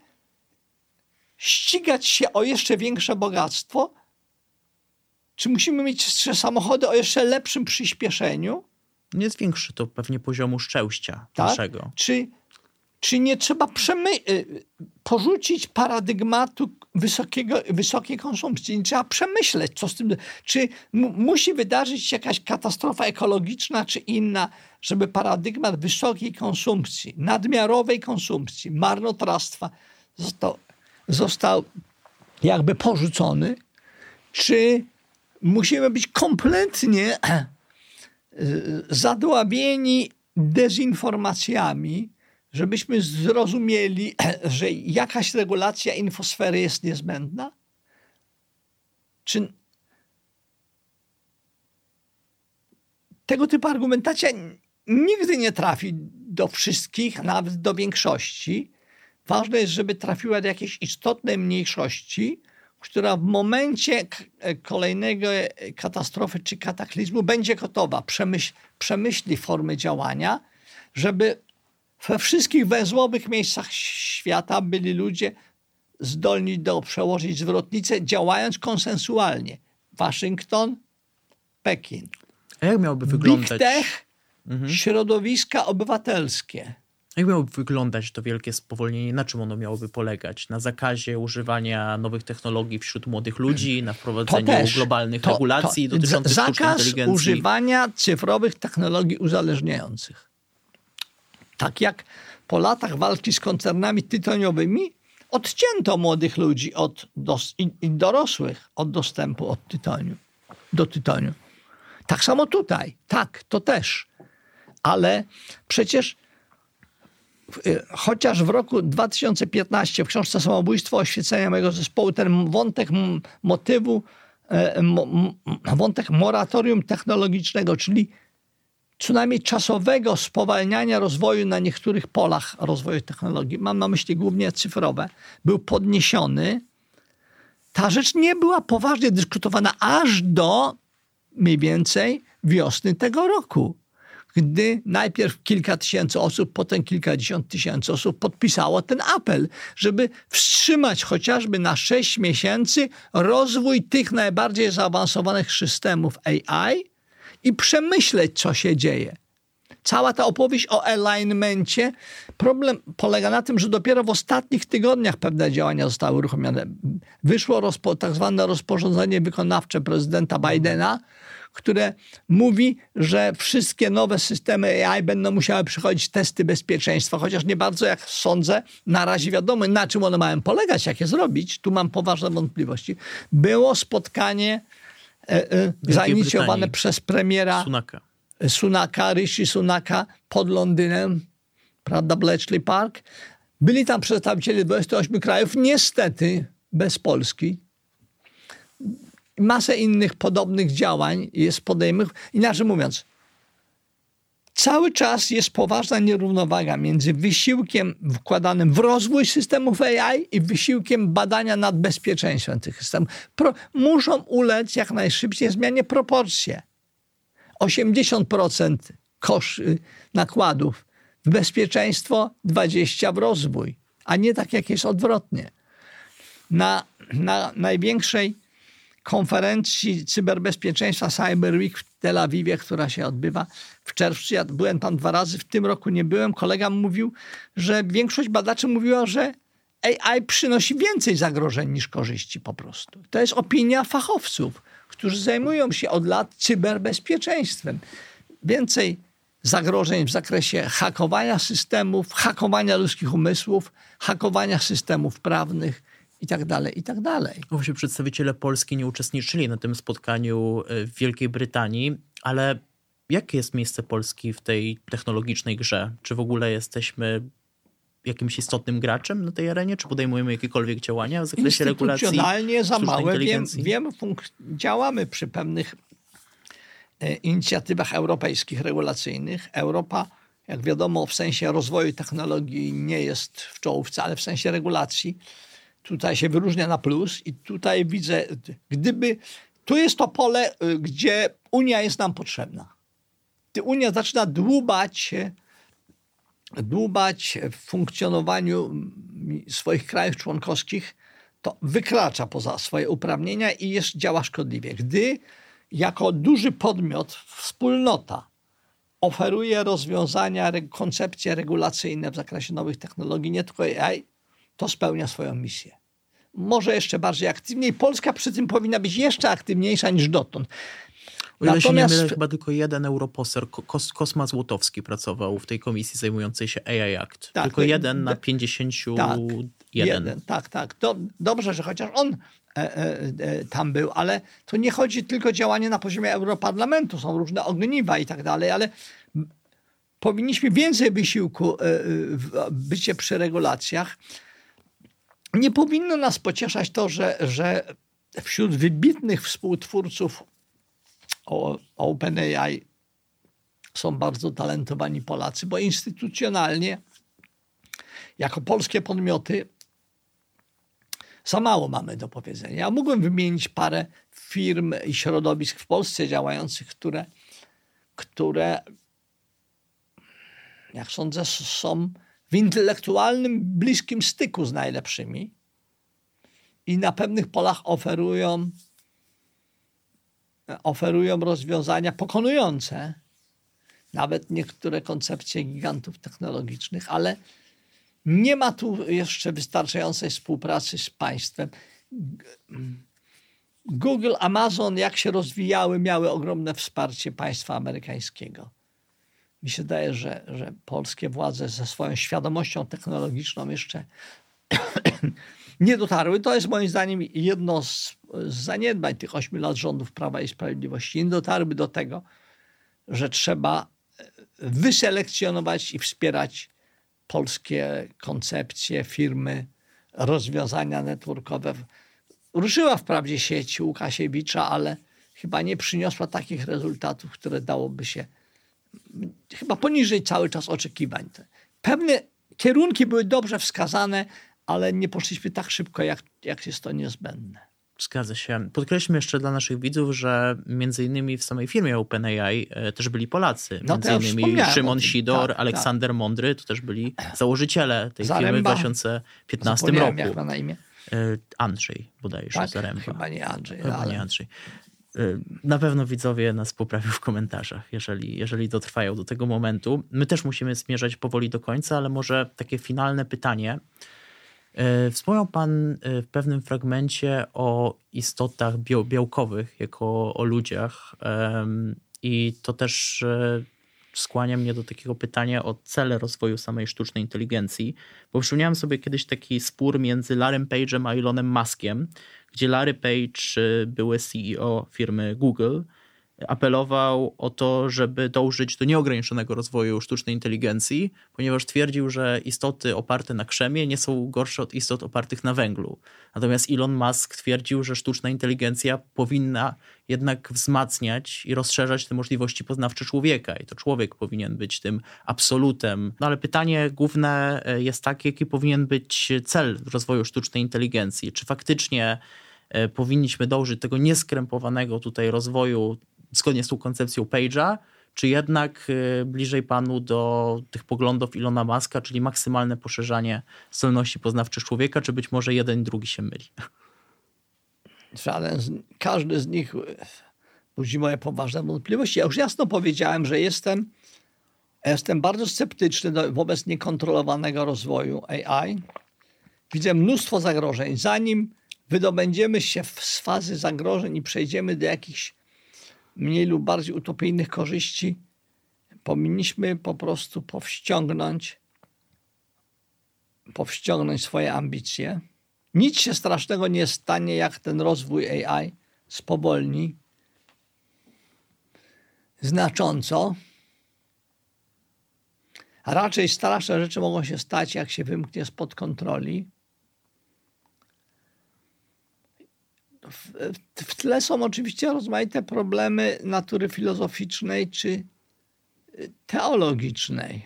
ścigać się o jeszcze większe bogactwo? Czy musimy mieć jeszcze samochody o jeszcze lepszym przyspieszeniu? Nie zwiększy to pewnie poziomu szczęścia tak? naszego. Czy, czy nie trzeba przemy- porzucić paradygmatu wysokiego, wysokiej konsumpcji? Nie trzeba przemyśleć, co z tym... Czy m- musi wydarzyć się jakaś katastrofa ekologiczna czy inna, żeby paradygmat wysokiej konsumpcji, nadmiarowej konsumpcji, marnotrawstwa został, został jakby porzucony? Czy musimy być kompletnie zadławieni dezinformacjami, żebyśmy zrozumieli, że jakaś regulacja infosfery jest niezbędna? Czy tego typu argumentacja nigdy nie trafi do wszystkich, nawet do większości. Ważne jest, żeby trafiła do jakiejś istotnej mniejszości, która w momencie kolejnego katastrofy czy kataklizmu będzie gotowa, przemyśl, przemyśli formy działania, żeby we wszystkich węzłowych miejscach świata byli ludzie zdolni do przełożyć zwrotnicę, działając konsensualnie. Waszyngton, Pekin. A jak miałoby wyglądać? Big Tech, mhm. środowiska obywatelskie. Jak miałoby wyglądać to wielkie spowolnienie? Na czym ono miałoby polegać? Na zakazie używania nowych technologii wśród młodych ludzi, na wprowadzeniu też, globalnych to, regulacji to, dotyczących sztucznej inteligencji? Zakaz używania cyfrowych technologii uzależniających. Tak jak po latach walki z koncernami tytoniowymi odcięto młodych ludzi od dos- i, i dorosłych od dostępu od tytoniu, do tytoniu. Tak samo tutaj. Tak, to też. Ale przecież chociaż w roku dwa tysiące piętnastym w książce Samobójstwo oświecenia mojego zespołu ten wątek motywu, wątek moratorium technologicznego, czyli co najmniej czasowego spowalniania rozwoju na niektórych polach rozwoju technologii, mam na myśli głównie cyfrowe, był podniesiony. Ta rzecz nie była poważnie dyskutowana aż do mniej więcej wiosny tego roku, gdy najpierw kilka tysięcy osób, potem kilkadziesiąt tysięcy osób podpisało ten apel, żeby wstrzymać chociażby na sześć miesięcy rozwój tych najbardziej zaawansowanych systemów A I i przemyśleć, co się dzieje. Cała ta opowieść o alignmencie, problem polega na tym, że dopiero w ostatnich tygodniach pewne działania zostały uruchomione. Wyszło rozpo, tak zwane rozporządzenie wykonawcze prezydenta Bidena, które mówi, że wszystkie nowe systemy A I będą musiały przechodzić testy bezpieczeństwa, chociaż nie bardzo, jak sądzę, na razie wiadomo, na czym one mają polegać, jak je zrobić. Tu mam poważne wątpliwości. Było spotkanie e, e, zainicjowane Brytanii przez premiera Sunaka. Sunaka, Rishi Sunaka pod Londynem, prawda, Bletchley Park. Byli tam przedstawiciele dwudziestu ośmiu krajów, niestety bez Polski. Masę innych podobnych działań jest podejmowanych. Inaczej mówiąc, cały czas jest poważna nierównowaga między wysiłkiem wkładanym w rozwój systemów A I i wysiłkiem badania nad bezpieczeństwem tych systemów. Pro, muszą ulec jak najszybciej zmianie proporcje. osiemdziesiąt procent koszt nakładów w bezpieczeństwo, dwadzieścia procent w rozwój, a nie tak jak jest odwrotnie. Na, na największej konferencji cyberbezpieczeństwa Cyber Week w Tel Awiwie, która się odbywa w czerwcu. Ja byłem tam dwa razy, w tym roku nie byłem. Kolega mówił, że większość badaczy mówiła, że A I przynosi więcej zagrożeń niż korzyści po prostu. To jest opinia fachowców, którzy zajmują się od lat cyberbezpieczeństwem. Więcej zagrożeń w zakresie hakowania systemów, hakowania ludzkich umysłów, hakowania systemów prawnych, i tak dalej, i tak dalej. Właśnie przedstawiciele Polski nie uczestniczyli na tym spotkaniu w Wielkiej Brytanii, ale jakie jest miejsce Polski w tej technologicznej grze? Czy w ogóle jesteśmy jakimś istotnym graczem na tej arenie? Czy podejmujemy jakiekolwiek działania w zakresie regulacji? Instytucjonalnie za małe. Wiem, wiem funk- działamy przy pewnych e, inicjatywach europejskich, regulacyjnych. Europa, jak wiadomo, w sensie rozwoju technologii nie jest w czołówce, ale w sensie regulacji tutaj się wyróżnia na plus i tutaj widzę, gdyby, tu jest to pole, gdzie Unia jest nam potrzebna. Gdy Unia zaczyna dłubać, dłubać w funkcjonowaniu swoich krajów członkowskich, to wykracza poza swoje uprawnienia i jest, działa szkodliwie. Gdy jako duży podmiot, wspólnota oferuje rozwiązania, koncepcje regulacyjne w zakresie nowych technologii, nie tylko A I, to spełnia swoją misję. Może jeszcze bardziej aktywniej. Polska przy tym powinna być jeszcze aktywniejsza niż dotąd. O ile się nie mylę, chyba tylko jeden europoseł, Kos, Kosma Złotowski, pracował w tej komisji zajmującej się A I Act. Tak, tylko jeden na pięćdziesięciu jeden. Tak, tak, tak. Do, dobrze, że chociaż on e, e, e, tam był, ale to nie chodzi tylko o działanie na poziomie Europarlamentu. Są różne ogniwa i tak dalej, ale powinniśmy więcej wysiłku e, w bycie przy regulacjach. Nie powinno nas pocieszać to, że, że wśród wybitnych współtwórców OpenAI są bardzo talentowani Polacy, bo instytucjonalnie jako polskie podmioty za mało mamy do powiedzenia. Ja mógłbym wymienić parę firm i środowisk w Polsce działających, które, które jak sądzę, są w intelektualnym, bliskim styku z najlepszymi i na pewnych polach oferują, oferują rozwiązania pokonujące nawet niektóre koncepcje gigantów technologicznych, ale nie ma tu jeszcze wystarczającej współpracy z państwem. Google, Amazon, jak się rozwijały, miały ogromne wsparcie państwa amerykańskiego. Mi się wydaje, że, że polskie władze ze swoją świadomością technologiczną jeszcze nie dotarły. To jest moim zdaniem jedno z, z zaniedbań tych ośmiu lat rządów Prawa i Sprawiedliwości. Nie dotarły do tego, że trzeba wyselekcjonować i wspierać polskie koncepcje, firmy, rozwiązania networkowe. Ruszyła wprawdzie sieć Łukasiewicza, ale chyba nie przyniosła takich rezultatów, które dałoby się chyba poniżej cały czas oczekiwań. Pewne kierunki były dobrze wskazane, ale nie poszliśmy tak szybko, jak, jak jest to niezbędne. Zgadza się. Podkreślmy jeszcze dla naszych widzów, że między innymi w samej firmie OpenAI też byli Polacy. No między ja innymi Szymon Sidor, tak, Aleksander tak. Mądry, to też byli założyciele tej Zaręba. firmy w dwa tysiące piętnastym roku. Jak ma na imię? Andrzej bodajże, tak, Zaręba. Chyba nie Andrzej. Chyba ale... nie Andrzej. Na pewno widzowie nas poprawią w komentarzach, jeżeli, jeżeli dotrwają do tego momentu. My też musimy zmierzać powoli do końca, ale może takie finalne pytanie. Wspomniał pan w pewnym fragmencie o istotach białkowych, jako o ludziach, i to też skłania mnie do takiego pytania o cele rozwoju samej sztucznej inteligencji, bo przypomniałem sobie kiedyś taki spór między Larrym Page'em a Elonem Muskiem, gdzie Larry Page, były C E O firmy Google, apelował o to, żeby dążyć do nieograniczonego rozwoju sztucznej inteligencji, ponieważ twierdził, że istoty oparte na krzemie nie są gorsze od istot opartych na węglu. Natomiast Elon Musk twierdził, że sztuczna inteligencja powinna jednak wzmacniać i rozszerzać te możliwości poznawcze człowieka i to człowiek powinien być tym absolutem. No ale pytanie główne jest takie, jaki powinien być cel rozwoju sztucznej inteligencji. Czy faktycznie powinniśmy dążyć do tego nieskrępowanego tutaj rozwoju zgodnie z tą koncepcją Page'a, czy jednak bliżej panu do tych poglądów Elona Muska, czyli maksymalne poszerzanie zdolności poznawczych człowieka, czy być może jeden i drugi się myli? Żaden z, każdy z nich budzi moje poważne wątpliwości. Ja już jasno powiedziałem, że jestem, jestem bardzo sceptyczny do, wobec niekontrolowanego rozwoju A I. Widzę mnóstwo zagrożeń. Zanim wydobędziemy się z fazy zagrożeń i przejdziemy do jakichś mniej lub bardziej utopijnych korzyści, powinniśmy po prostu powściągnąć, powściągnąć swoje ambicje. Nic się strasznego nie stanie, jak ten rozwój A I spowolni znacząco. A raczej straszne rzeczy mogą się stać, jak się wymknie spod kontroli. W, w tle są oczywiście rozmaite problemy natury filozoficznej czy teologicznej.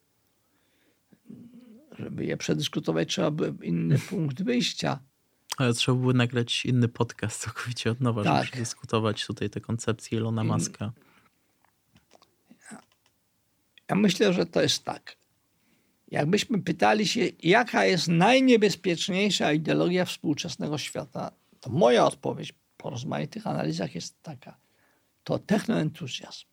Żeby je przedyskutować, trzeba by inny punkt wyjścia. Ale trzeba byłoby nagrać inny podcast całkowicie od nowa, tak, żeby przedyskutować tutaj te koncepcje Elona Muska. Ja myślę, że to jest tak. Jakbyśmy pytali się, jaka jest najniebezpieczniejsza ideologia współczesnego świata, to moja odpowiedź po rozmaitych analizach jest taka. To technoentuzjazm.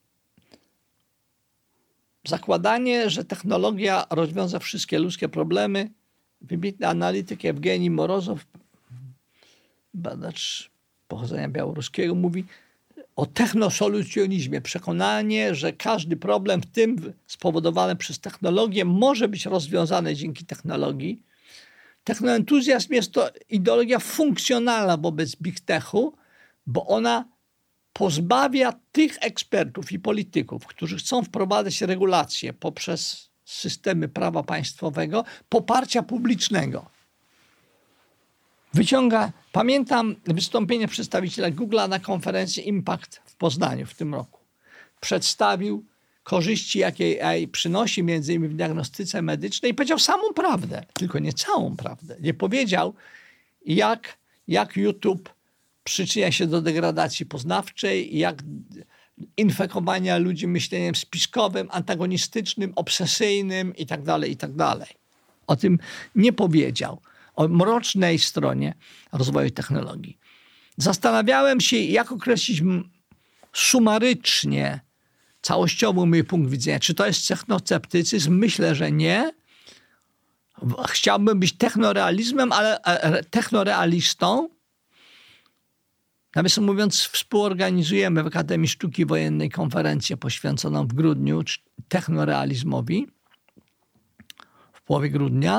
Zakładanie, że technologia rozwiąza wszystkie ludzkie problemy. Wybitny analityk Ewgenij Morozow, badacz pochodzenia białoruskiego, mówi o technosolucjonizmie. Przekonanie, że każdy problem, w tym spowodowany przez technologię, może być rozwiązany dzięki technologii. Technoentuzjazm jest to ideologia funkcjonalna wobec big techu, bo ona pozbawia tych ekspertów i polityków, którzy chcą wprowadzać regulacje poprzez systemy prawa państwowego, poparcia publicznego. Wyciąga, pamiętam wystąpienie przedstawiciela Google'a na konferencji Impact w Poznaniu w tym roku. Przedstawił korzyści, jakie A I przynosi między innymi w diagnostyce medycznej i powiedział samą prawdę, tylko nie całą prawdę. Nie powiedział, jak, jak YouTube przyczynia się do degradacji poznawczej, jak infekowania ludzi myśleniem spiskowym, antagonistycznym, obsesyjnym itd., itd. O tym nie powiedział. O mrocznej stronie rozwoju technologii. Zastanawiałem się, jak określić sumarycznie, całościowo mój punkt widzenia. Czy to jest technosceptycyzm? Myślę, że nie. Chciałbym być technorealizmem, ale technorealistą. Nawiasem mówiąc, współorganizujemy w Akademii Sztuki Wojennej konferencję poświęconą w grudniu technorealizmowi, w połowie grudnia.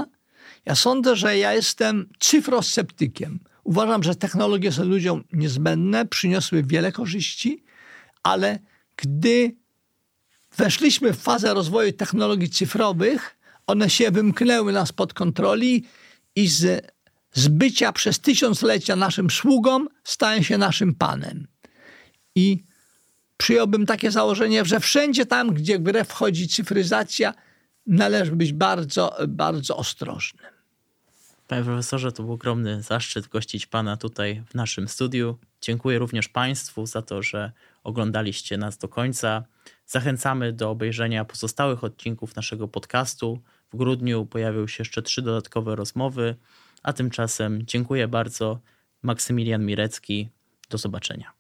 Ja sądzę, że ja jestem cyfrosceptykiem. Uważam, że technologie są ludziom niezbędne, przyniosły wiele korzyści, ale gdy weszliśmy w fazę rozwoju technologii cyfrowych, one się wymknęły nas spod kontroli i z, z bycia przez tysiąclecia naszym sługą stają się naszym panem. I przyjąłbym takie założenie, że wszędzie tam, gdzie w grę wchodzi cyfryzacja, należy być bardzo, bardzo ostrożnym. Panie profesorze, to był ogromny zaszczyt gościć pana tutaj w naszym studiu. Dziękuję również państwu za to, że oglądaliście nas do końca. Zachęcamy do obejrzenia pozostałych odcinków naszego podcastu. W grudniu pojawią się jeszcze trzy dodatkowe rozmowy, a tymczasem dziękuję bardzo. Maksymilian Mirecki. Do zobaczenia.